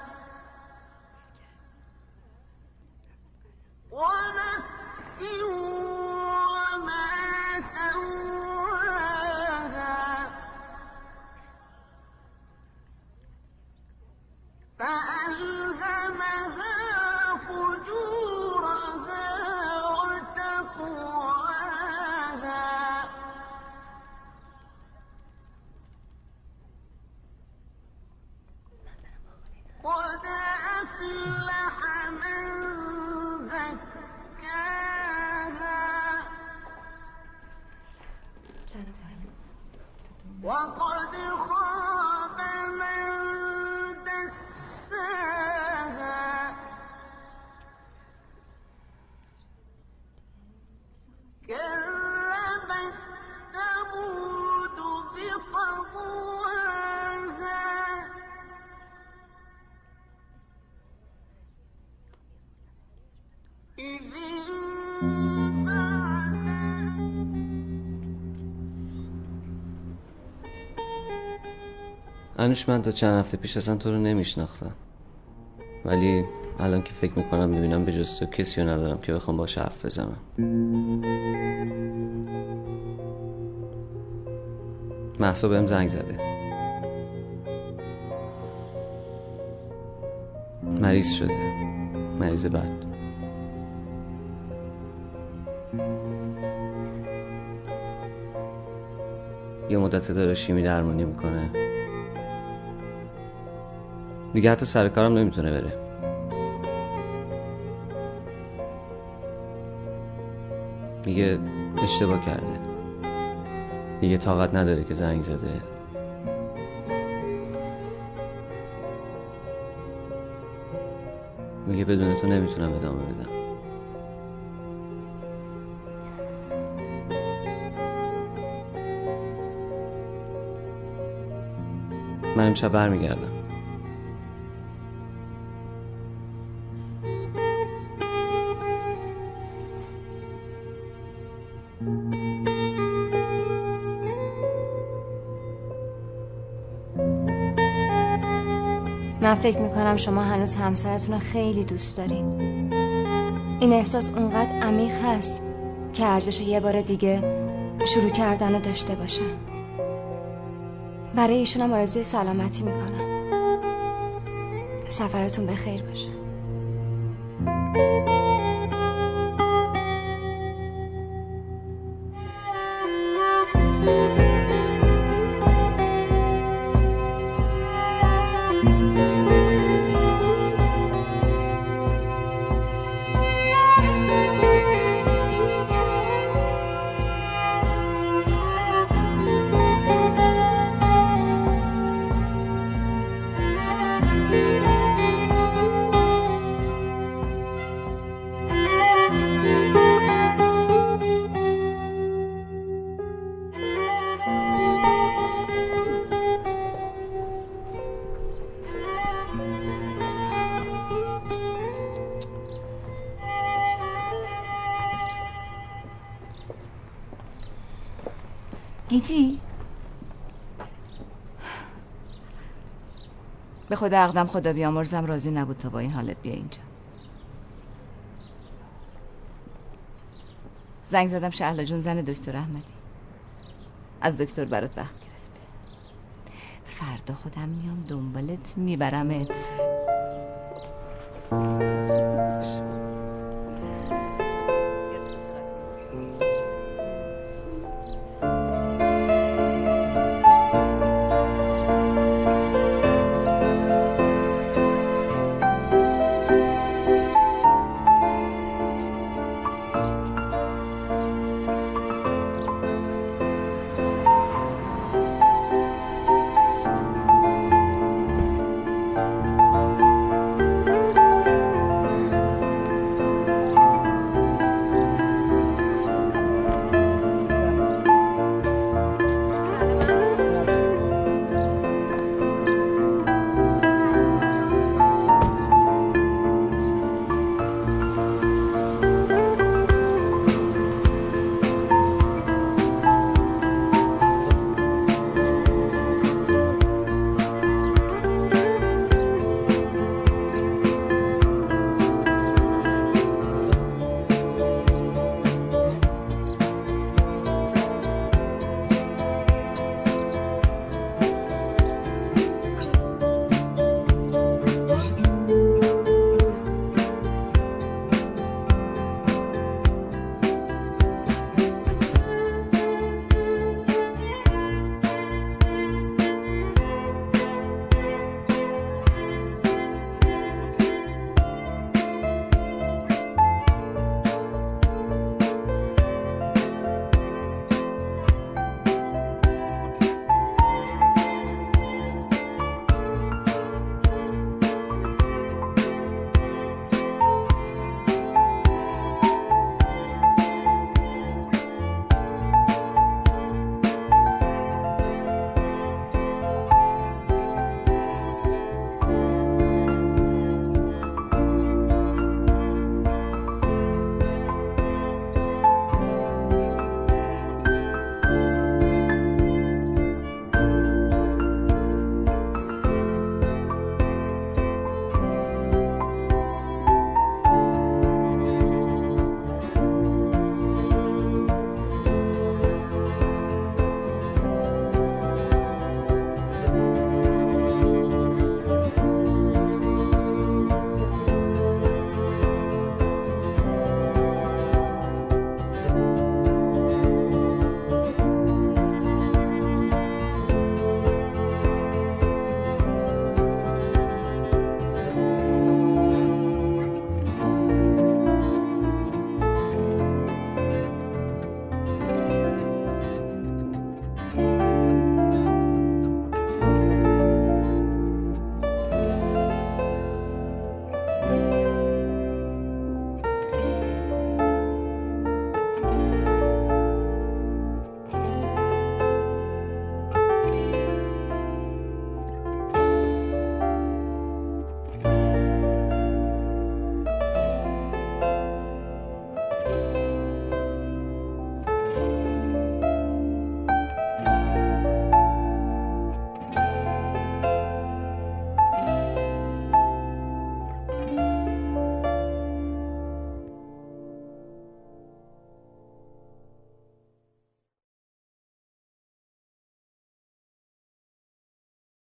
ونفس وما سواها وقد خاب من دساها كذبت ثمود بطغواها إذ انوش، من تا چند هفته پیش اصلا تو رو نمیشناختم، ولی الان که فکر میکنم میبینم به جز تو کسی رو ندارم که بخوام باش حرف بزنم. مهسا بهم زنگ زده، مریض شده، مریض بد. یه مدت داره شیمی درمانی میکنه، دیگه حتی سر کارم نمیتونه بره. دیگه اشتباه کرده، دیگه طاقت نداره که زنگ زده. میگه بدون تو نمیتونم ادامه بدم. من امشب برمیگردم. من فکر میکنم شما هنوز همسرتون رو خیلی دوست دارین. این احساس اونقدر عمیق هست که ارزش یه بار دیگه شروع کردن رو داشته باشن. برای ایشون هم آرزوی سلامتی میکنم. سفرتون بخیر باشه. گیتی به خدا عقدم خدا بیامرزم راضی نبود تا با این حالت بیا اینجا. زنگ زدم شهلا جون زن دکتر احمدی از دکتر برات وقت گرفته. فردا خودم میام دنبالت میبرمت.